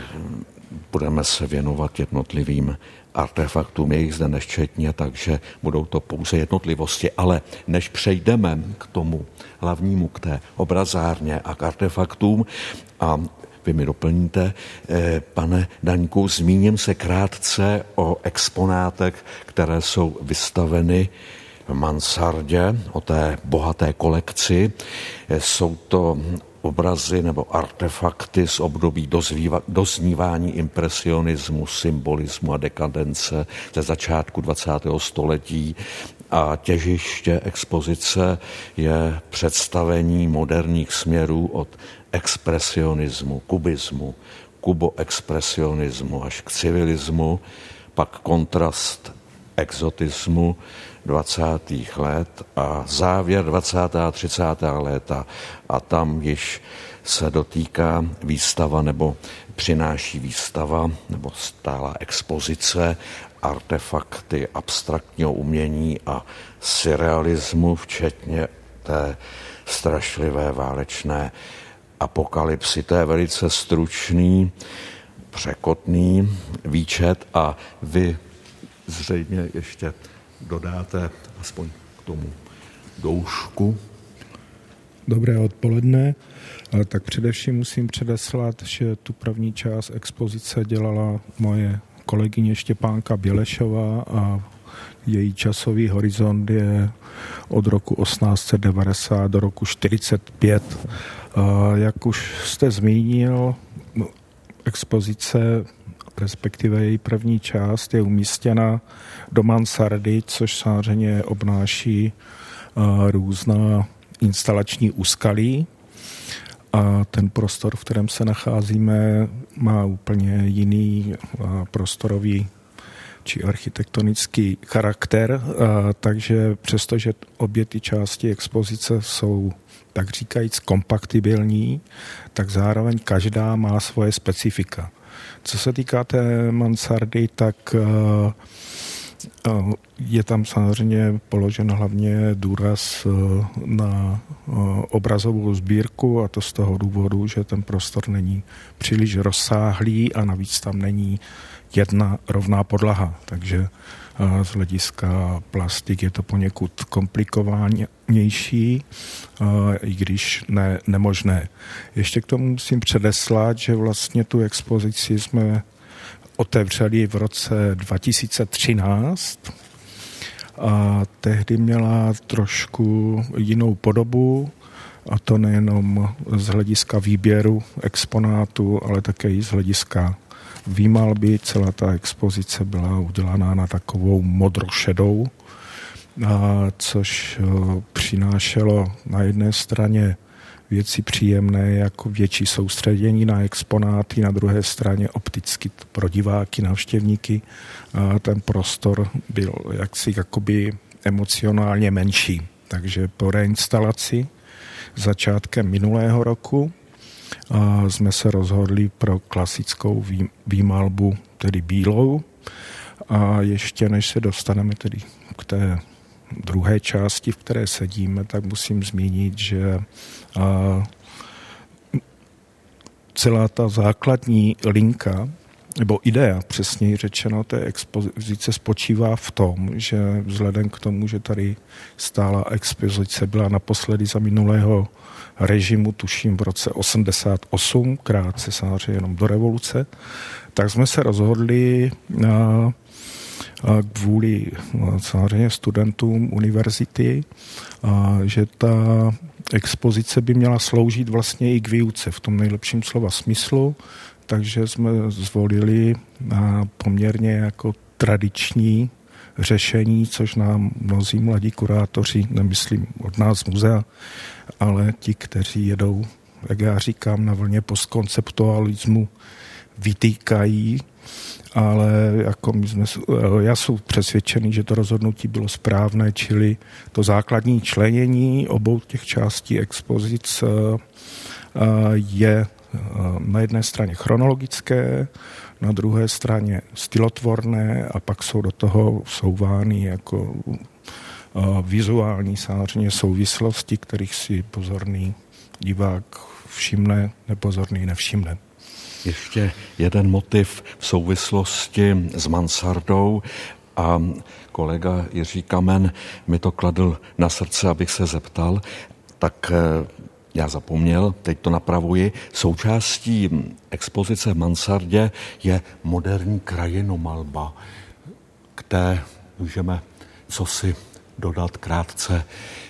budeme se věnovat jednotlivým artefaktům, je jich zde nesčetně, takže budou to pouze jednotlivosti. Ale než přejdeme k tomu hlavnímu, k té obrazárně a k artefaktům, a vy mi doplníte, pane Daňku, zmíním se krátce o exponátech, které jsou vystaveny v mansardě, o té bohaté kolekci. Jsou to obrazy nebo artefakty z období dozvíva, doznívání impresionismu, symbolismu a dekadence ze začátku dvacátého století. A těžiště expozice je představení moderních směrů od expresionismu, kubismu, kuboexpresionismu až k civilismu, pak kontrast exotismu dvacátých let a závěr dvacátých a třicátých léta. A tam již se dotýká výstava nebo přináší výstava nebo stálá expozice artefakty abstraktního umění a surrealismu, včetně té strašlivé válečné apokalypsy. To je velice stručný, překotný výčet a vy zřejmě ještě dodáte aspoň k tomu doušku. Dobré odpoledne. Tak především musím předeslat, že tu první část expozice dělala moje kolegyně Štěpánka Bělešová a její časový horizont je od roku osmnáct set devadesát do roku čtyřicet pět. Jak už jste zmínil, expozice, respektive její první část, je umístěna do mansardy, což samozřejmě obnáší různá instalační úskalí. A ten prostor, v kterém se nacházíme, má úplně jiný prostorový či architektonický charakter, takže přestože obě ty části expozice jsou tak říkajíc kompatibilní, tak zároveň každá má svoje specifika. Co se týká té mansardy, tak je tam samozřejmě položen hlavně důraz na obrazovou sbírku, a to z toho důvodu, že ten prostor není příliš rozsáhlý a navíc tam není jedna rovná podlaha, takže z hlediska plastik je to poněkud komplikovanější, i když ne, nemožné. Ještě k tomu musím předeslat, že vlastně tu expozici jsme otevřeli v roce dva tisíce třináct a tehdy měla trošku jinou podobu, a to nejenom z hlediska výběru exponátu, ale také i z hlediska výmalby. Celá ta expozice byla udělaná na takovou modrošedou, což přinášelo na jedné straně věci příjemné, jako větší soustředění na exponáty, na druhé straně opticky pro diváky, návštěvníky. A ten prostor byl jaksi jakoby emocionálně menší. Takže po reinstalaci začátkem minulého roku a jsme se rozhodli pro klasickou výmalbu, tedy bílou. A ještě než se dostaneme tedy k té druhé části, v které sedíme, tak musím zmínit, že a, celá ta základní linka, nebo idea, přesněji řečeno, té expozice spočívá v tom, že vzhledem k tomu, že tady stála expozice byla naposledy za minulého režimu, tuším v roce osmdesát osm, krátce samozřejmě jenom do revoluce, tak jsme se rozhodli na kvůli samozřejmě studentům univerzity, že ta expozice by měla sloužit vlastně i k výuce v tom nejlepším slova smyslu, takže jsme zvolili poměrně jako tradiční řešení, což nám mnozí mladí kurátoři, nemyslím od nás muzea, ale ti, kteří jedou, jak já říkám, na vlně postkonceptualismu, vytýkají, ale jako my jsme, já jsem přesvědčený, že to rozhodnutí bylo správné, čili to základní členění obou těch částí expozic je na jedné straně chronologické, na druhé straně stylotvorné a pak jsou do toho souvány jako vizuální samozřejmě souvislosti, kterých si pozorný divák všimne, nepozorný nevšimne. Ještě jeden motiv v souvislosti s mansardou a kolega Jiří Kamen mi to kladl na srdce, abych se zeptal, tak já zapomněl, teď to napravuji. Součástí expozice v mansardě je moderní krajinomalba, k té můžeme cosi dodat krátce.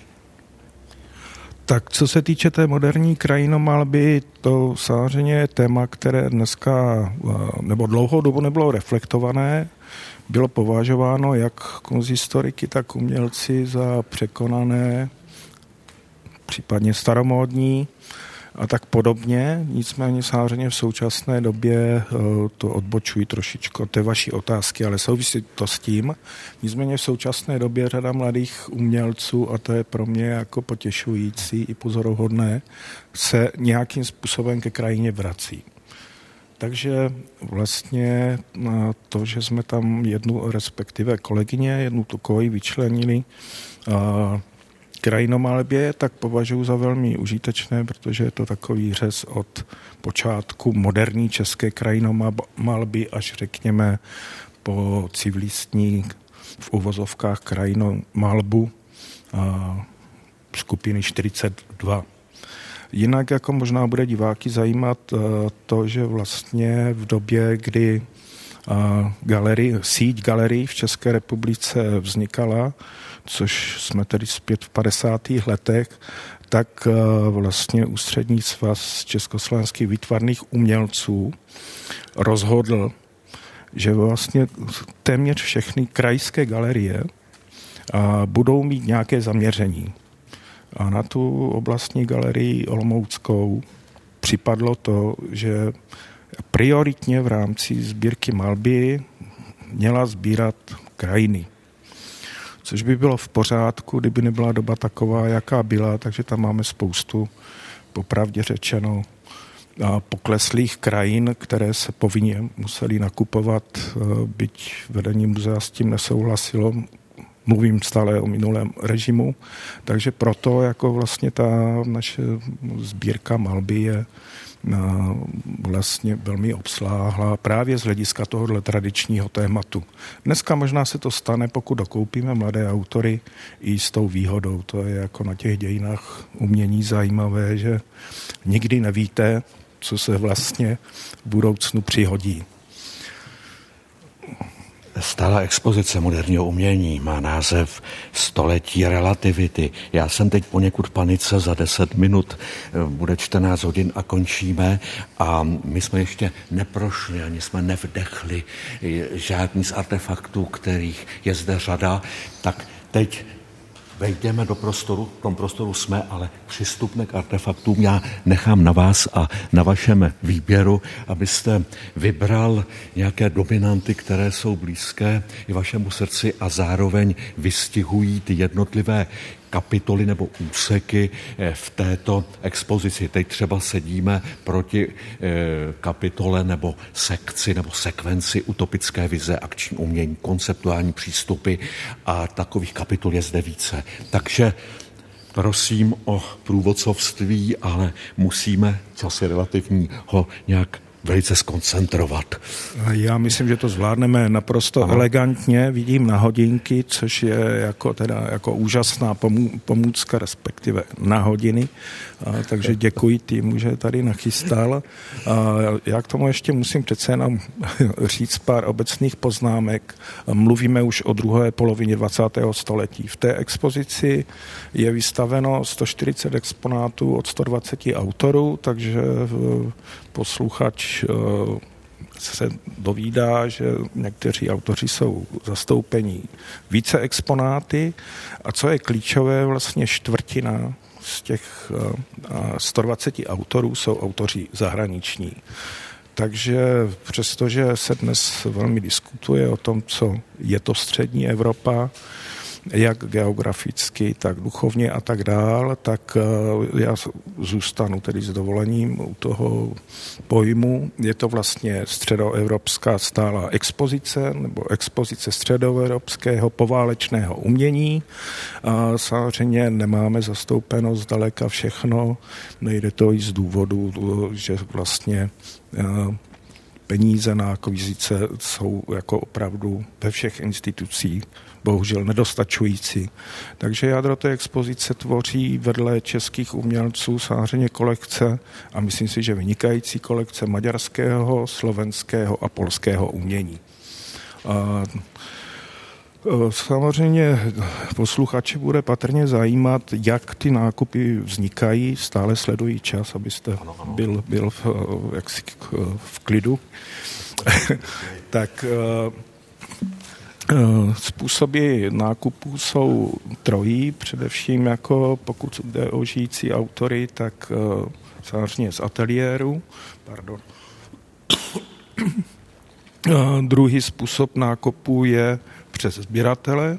Tak co se týče té moderní krajinomalby, to samozřejmě je téma, které dneska nebo dlouhou dobu nebylo reflektované. Bylo považováno jak konzistoriky, tak umělci za překonané, případně staromódní a tak podobně. Nicméně samozřejmě v současné době to odbočují trošičku té vaší otázky, ale souvisí to s tím. Nicméně v současné době řada mladých umělců, a to je pro mě jako potěšující i pozoruhodné, se nějakým způsobem ke krajině vrací. Takže vlastně to, že jsme tam jednu, respektive kolegyně, jednu takovou vyčlenili krajinomalbě, tak považuji za velmi užitečné, protože je to takový řez od počátku moderní české krajinomalby až řekněme po civilistní v uvozovkách krajinomalbu skupiny čtyřicet dva. Jinak jako možná bude diváky zajímat to, že vlastně v době, kdy galerii, síť galerií v České republice vznikala, což jsme tedy zpět v padesátých letech, tak vlastně Ústřední svaz československých výtvarných umělců rozhodl, že vlastně téměř všechny krajské galerie budou mít nějaké zaměření. A na tu oblastní galerii olomouckou připadlo to, že prioritně v rámci sbírky malby měla sbírat krajiny. Což by bylo v pořádku, kdyby nebyla doba taková, jaká byla, takže tam máme spoustu, popravdě řečeno, pokleslých krajin, které se povinně museli nakupovat, byť vedení muzea s tím nesouhlasilo. Mluvím stále o minulém režimu, takže proto jako vlastně ta naše sbírka malby je vlastně velmi obsáhlá právě z hlediska tohohle tradičního tématu. Dneska možná se to stane, pokud dokoupíme mladé autory i s tou výhodou. To je jako na těch dějinách umění zajímavé, že nikdy nevíte, co se vlastně v budoucnu přihodí. Stálá expozice moderního umění má název Století relativity. Já jsem teď poněkud v panice, za deset minut bude čtrnáct hodin a končíme a my jsme ještě neprošli, ani jsme nevdechli žádný z artefaktů, kterých je zde řada, tak teď vejdeme do prostoru, v tom prostoru jsme, ale přistupme k artefaktům. Já nechám na vás a na vašem výběru, abyste vybral nějaké dominanty, které jsou blízké i vašemu srdci a zároveň vystihují ty jednotlivé kapitoly nebo úseky v této expozici. Teď třeba sedíme proti kapitole nebo sekci nebo sekvenci utopické vize, akční umění, konceptuální přístupy a takových kapitol je zde více. Takže prosím o průvodcovství, ale musíme, čas je relativní, ho nějak velice skoncentrovat. Já myslím, že to zvládneme naprosto Aha. elegantně. Vidím na hodinky, což je jako, teda, jako úžasná pomů, pomůcka, respektive na hodiny. A, takže děkuji týmu, že tady nachystal. A, já k tomu ještě musím přece jenom říct pár obecných poznámek. Mluvíme už o druhé polovině dvacátého století. V té expozici je vystaveno sto čtyřicet exponátů od sto dvacet autorů, takže posluchač se dovídá, že někteří autoři jsou zastoupení více exponáty a co je klíčové, vlastně čtvrtina z těch sto dvacet autorů jsou autoři zahraniční. Takže přestože se dnes velmi diskutuje o tom, co je to střední Evropa, jak geograficky, tak duchovně a tak dál, tak já zůstanu tedy s dovolením u toho pojmu. Je to vlastně středoevropská stálá expozice nebo expozice středoevropského poválečného umění. A samozřejmě nemáme zastoupeno zdaleka všechno. Nejde to i z důvodu, že vlastně peníze na akvizice jsou jako opravdu ve všech institucích bohužel nedostačující. Takže jádro té expozice tvoří vedle českých umělců samozřejmě kolekce a myslím si, že vynikající kolekce maďarského, slovenského a polského umění. A samozřejmě posluchače bude patrně zajímat, jak ty nákupy vznikají, stále sledují čas, abyste byl, byl v, jaksi v klidu. Tak způsoby nákupů jsou trojí, především jako pokud jde o žijící autory, tak samozřejmě z ateliéru. Pardon. Druhý způsob nákupu je přes sběratele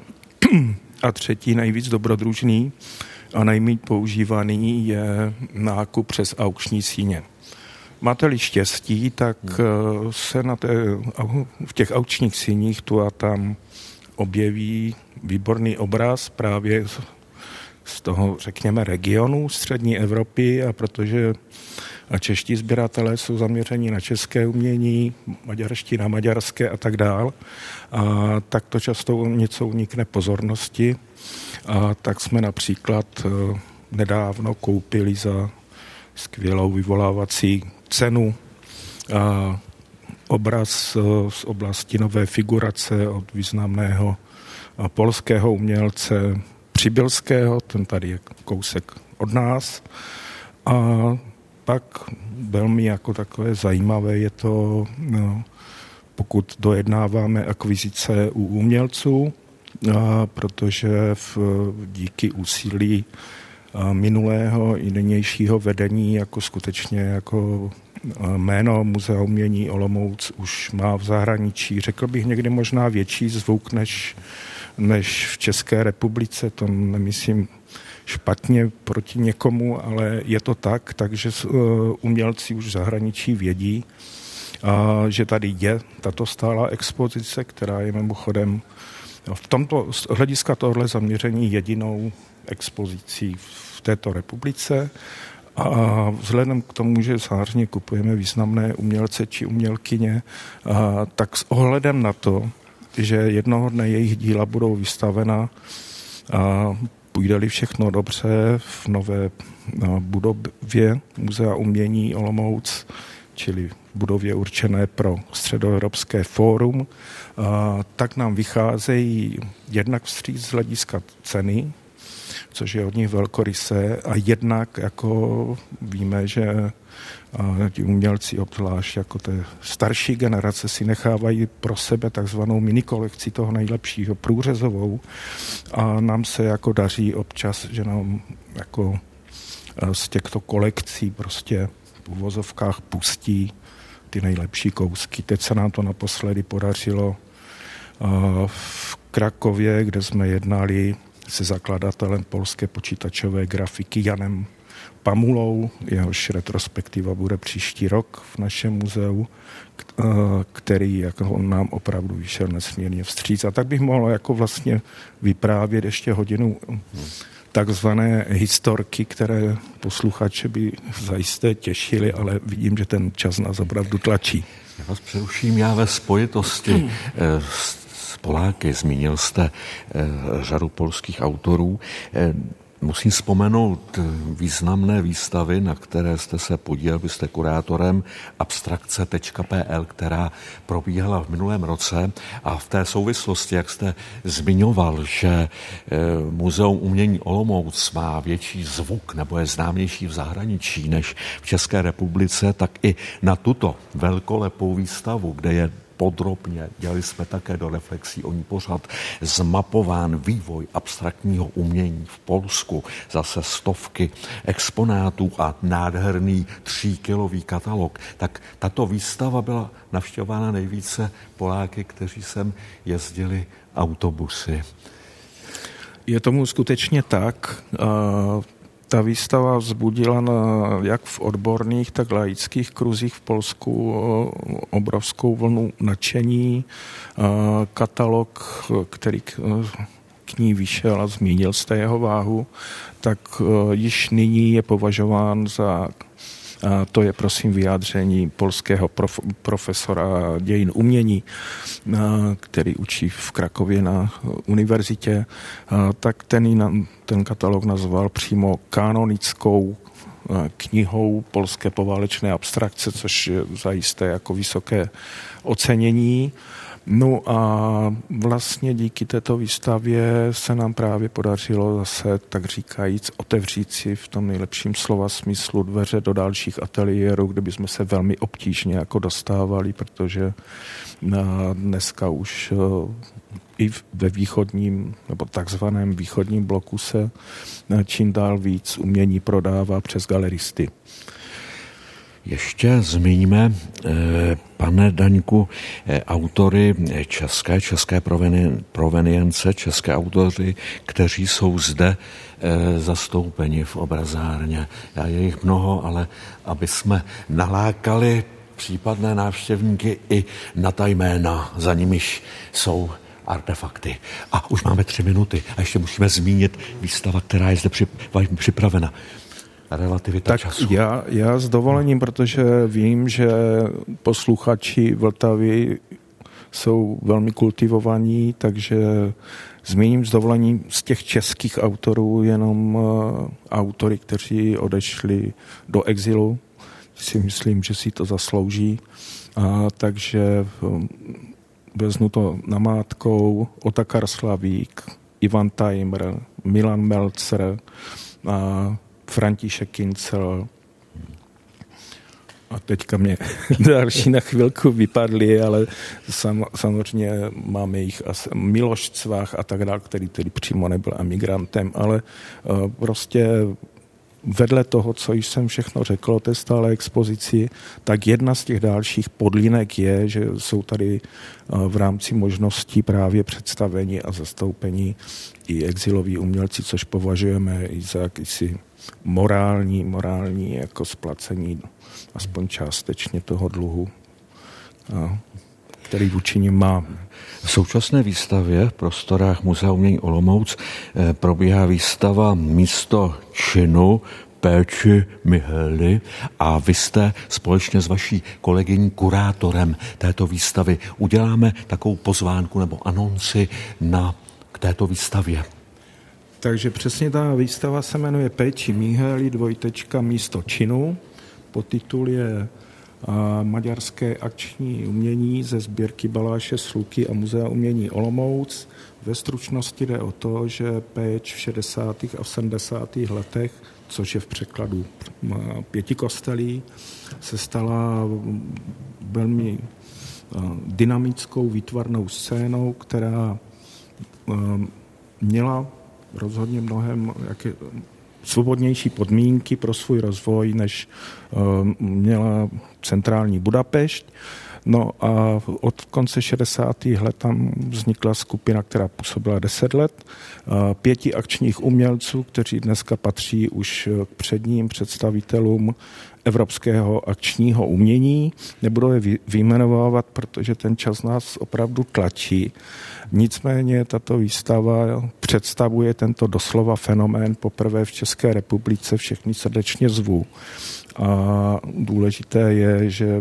a třetí, nejvíc dobrodružný a nejméně používaný je nákup přes aukční síně. Máte-li štěstí, tak se na té, v těch aukčních síních tu a tam objeví výborný obraz právě z toho, řekněme, regionu střední Evropy a protože a čeští sběratelé jsou zaměření na české umění, maďarští na maďarské a tak dál, a tak to často něco unikne pozornosti. A tak jsme například nedávno koupili za skvělou vyvolávací cenu a obraz z oblasti nové figurace od významného polského umělce Přibylského, ten tady je kousek od nás. A pak velmi jako takové zajímavé je to, no, pokud dojednáváme akvizice u umělců, a protože v, díky úsilí minulého i nynějšího vedení jako skutečně jako jméno Muzea umění Olomouc už má v zahraničí, řekl bych někdy možná větší zvuk než, než v České republice, to nemyslím špatně proti někomu, ale je to tak, takže umělci už v zahraničí vědí, a že tady je tato stálá expozice, která je mimochodem v tomto z hlediska tohle zaměření jedinou expozicí v této republice. A vzhledem k tomu, že samozřejmě kupujeme významné umělce či umělkyně, a tak s ohledem na to, že jednoho dne jejich díla budou vystavena, a půjde-li všechno dobře v nové budově Muzea umění Olomouc, čili v budově určené pro Středoevropské fórum, a tak nám vycházejí jednak vstříc z hlediska ceny což je od nich velkorysé, a jednak jako víme, že a ti umělci, obzvlášť jako té starší generace, si nechávají pro sebe takzvanou minikolekci toho nejlepšího, průřezovou, a nám se jako daří občas, že nám jako z těchto kolekcí prostě v uvozovkách pustí ty nejlepší kousky. Teď se nám to naposledy podařilo v Krakově, kde jsme jednali se zakladatelem polské počítačové grafiky Janem Pamulou, jehož retrospektiva bude příští rok v našem muzeu, který jako nám opravdu vyšel nesmírně vstříc. A tak bych mohl jako vlastně vyprávět ještě hodinu takzvané historky, které posluchače by zajisté těšily, ale vidím, že ten čas nás opravdu tlačí. Já vás přeruším, já ve spojitosti s Poláky, zmínil jste řadu polských autorů. Musím vzpomenout významné výstavy, na které jste se podílel, vy jste kurátorem abstrakce tečka p l, která probíhala v minulém roce, a v té souvislosti, jak jste zmiňoval, že Muzeum umění Olomouc má větší zvuk nebo je známější v zahraničí než v České republice, tak i na tuto velkolepou výstavu, kde je podrobně, dělali jsme také do reflexí o ní pořád, zmapován vývoj abstraktního umění v Polsku, zase stovky exponátů a nádherný tříkilový katalog. Tak tato výstava byla navštěvována nejvíce Poláky, kteří sem jezdili autobusy. Je tomu skutečně tak. Ta výstava vzbudila na, jak v odborných, tak laických kruzích v Polsku obrovskou vlnu nadšení. Katalog, který k ní vyšel a zmínil jste jeho váhu, tak již nyní je považován za, a to je prosím vyjádření polského prof, profesora dějin umění, který učí v Krakově na univerzitě, tak ten, ten katalog nazval přímo kanonickou knihou polské poválečné abstrakce, což je zajisté jako vysoké ocenění. No a vlastně díky této výstavě se nám právě podařilo zase, tak říkajíc, otevřít si v tom nejlepším slova smyslu dveře do dalších ateliérů, kde bychom se velmi obtížně jako dostávali, protože dneska už i ve východním, nebo takzvaném východním bloku se čím dál víc umění prodává přes galeristy. Ještě zmíníme, pane Daňku, autory české, české provenience, české autoři, kteří jsou zde zastoupeni v obrazárně. Je jich mnoho, ale aby jsme nalákali případné návštěvníky i na ta jména, za nimiž jsou artefakty. A už máme tři minuty a ještě musíme zmínit výstava, která je zde připravena. Relativita tak času. Já, já s dovolením, protože vím, že posluchači Vltavy jsou velmi kultivovaní, takže zmíním s dovolením z těch českých autorů jenom uh, autory, kteří odešli do exilu. Si myslím, že si to zaslouží. A takže um, vezmu to namátkou: Otakar Slavík, Ivan Tajmr, Milan Melzer, a František Kincel. A teďka mě další na chvilku vypadly, ale sam, samozřejmě máme jich asi Miloš Cvach a tak dále, který tedy přímo nebyl emigrantem, ale uh, prostě vedle toho, co jsem všechno řekl o té stálé expozici, tak jedna z těch dalších podlínek je, že jsou tady v rámci možností právě představení a zastoupení i exiloví umělci, což považujeme i za jakýsi morální, morální jako splacení aspoň částečně toho dluhu, který vůči nim má. V současné výstavě v prostorách Muzea umění Olomouc probíhá výstava Místo činu Péči Mihaly a vy jste společně s vaší kolegyní kurátorem této výstavy. Uděláme takovou pozvánku nebo anonci na k této výstavě. Takže přesně ta výstava se jmenuje Péči Mihaly dvojtečka Místo činu. Podtitul je a maďarské akční umění ze sbírky Baláše Sluky a Muzea umění Olomouc. Ve stručnosti jde o to, že péč v šedesátých a v sedmdesátých letech, což je v překladu pěti kostelí, se stala velmi dynamickou výtvarnou scénou, která měla rozhodně mnohem jaké, svobodnější podmínky pro svůj rozvoj, než měla centrální Budapešť. No a od konce šedesátých let tam vznikla skupina, která působila deset let, pěti akčních umělců, kteří dneska patří už k předním představitelům evropského akčního umění. Nebudu je vyjmenovávat, protože ten čas nás opravdu tlačí. Nicméně tato výstava představuje tento doslova fenomén poprvé v České republice. Všechny srdečně zvu. A důležité je, že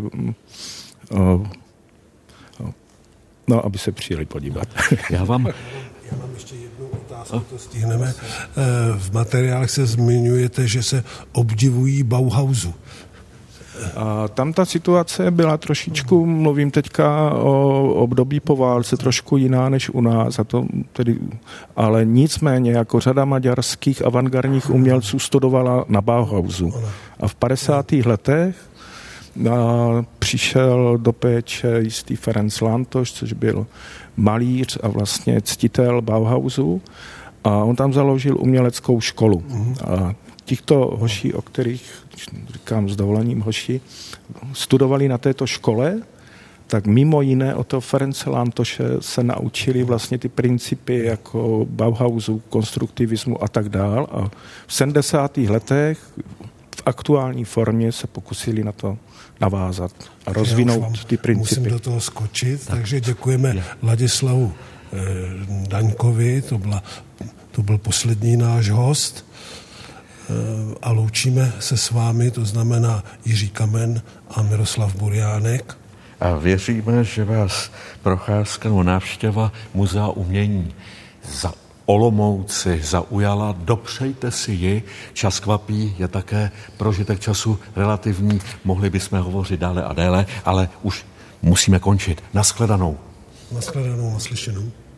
no, aby se přijeli podívat. Já vám... Já mám ještě jednu otázku, to stihneme. V materiálech se zmiňujete, že se obdivují Bauhausu. A tam ta situace byla trošičku, mluvím teďka o období po válce, trošku jiná než u nás, a to tedy, ale nicméně jako řada maďarských avantgardních umělců studovala na Bauhausu. A v padesátých letech a přišel do péče jistý Ferenc Lantos, což byl malíř a vlastně ctitel Bauhausu, a on tam založil uměleckou školu. A těchto hoší, o kterých říkám s dovolením hoši, studovali na této škole, tak mimo jiné o to Ference Lantoše se naučili vlastně ty principy jako Bauhausu, konstruktivismu a tak dál. A v sedmdesátých letech v aktuální formě se pokusili na to navázat a rozvinout ty principy. Musím do toho skočit, tak. Takže děkujeme Ladislavu eh, Daňkovi, to, byla, to byl poslední náš host, eh, a loučíme se s vámi, to znamená Jiří Kamen a Miroslav Buriánek. A věříme, že vás procházka nebo návštěva Muzea umění za Olomouci zaujala, dopřejte si ji, čas kvapí, je také prožitek času relativní, mohli bychom hovořit dále a déle, ale už musíme končit. Naschledanou. Naschledanou, naslyšenou.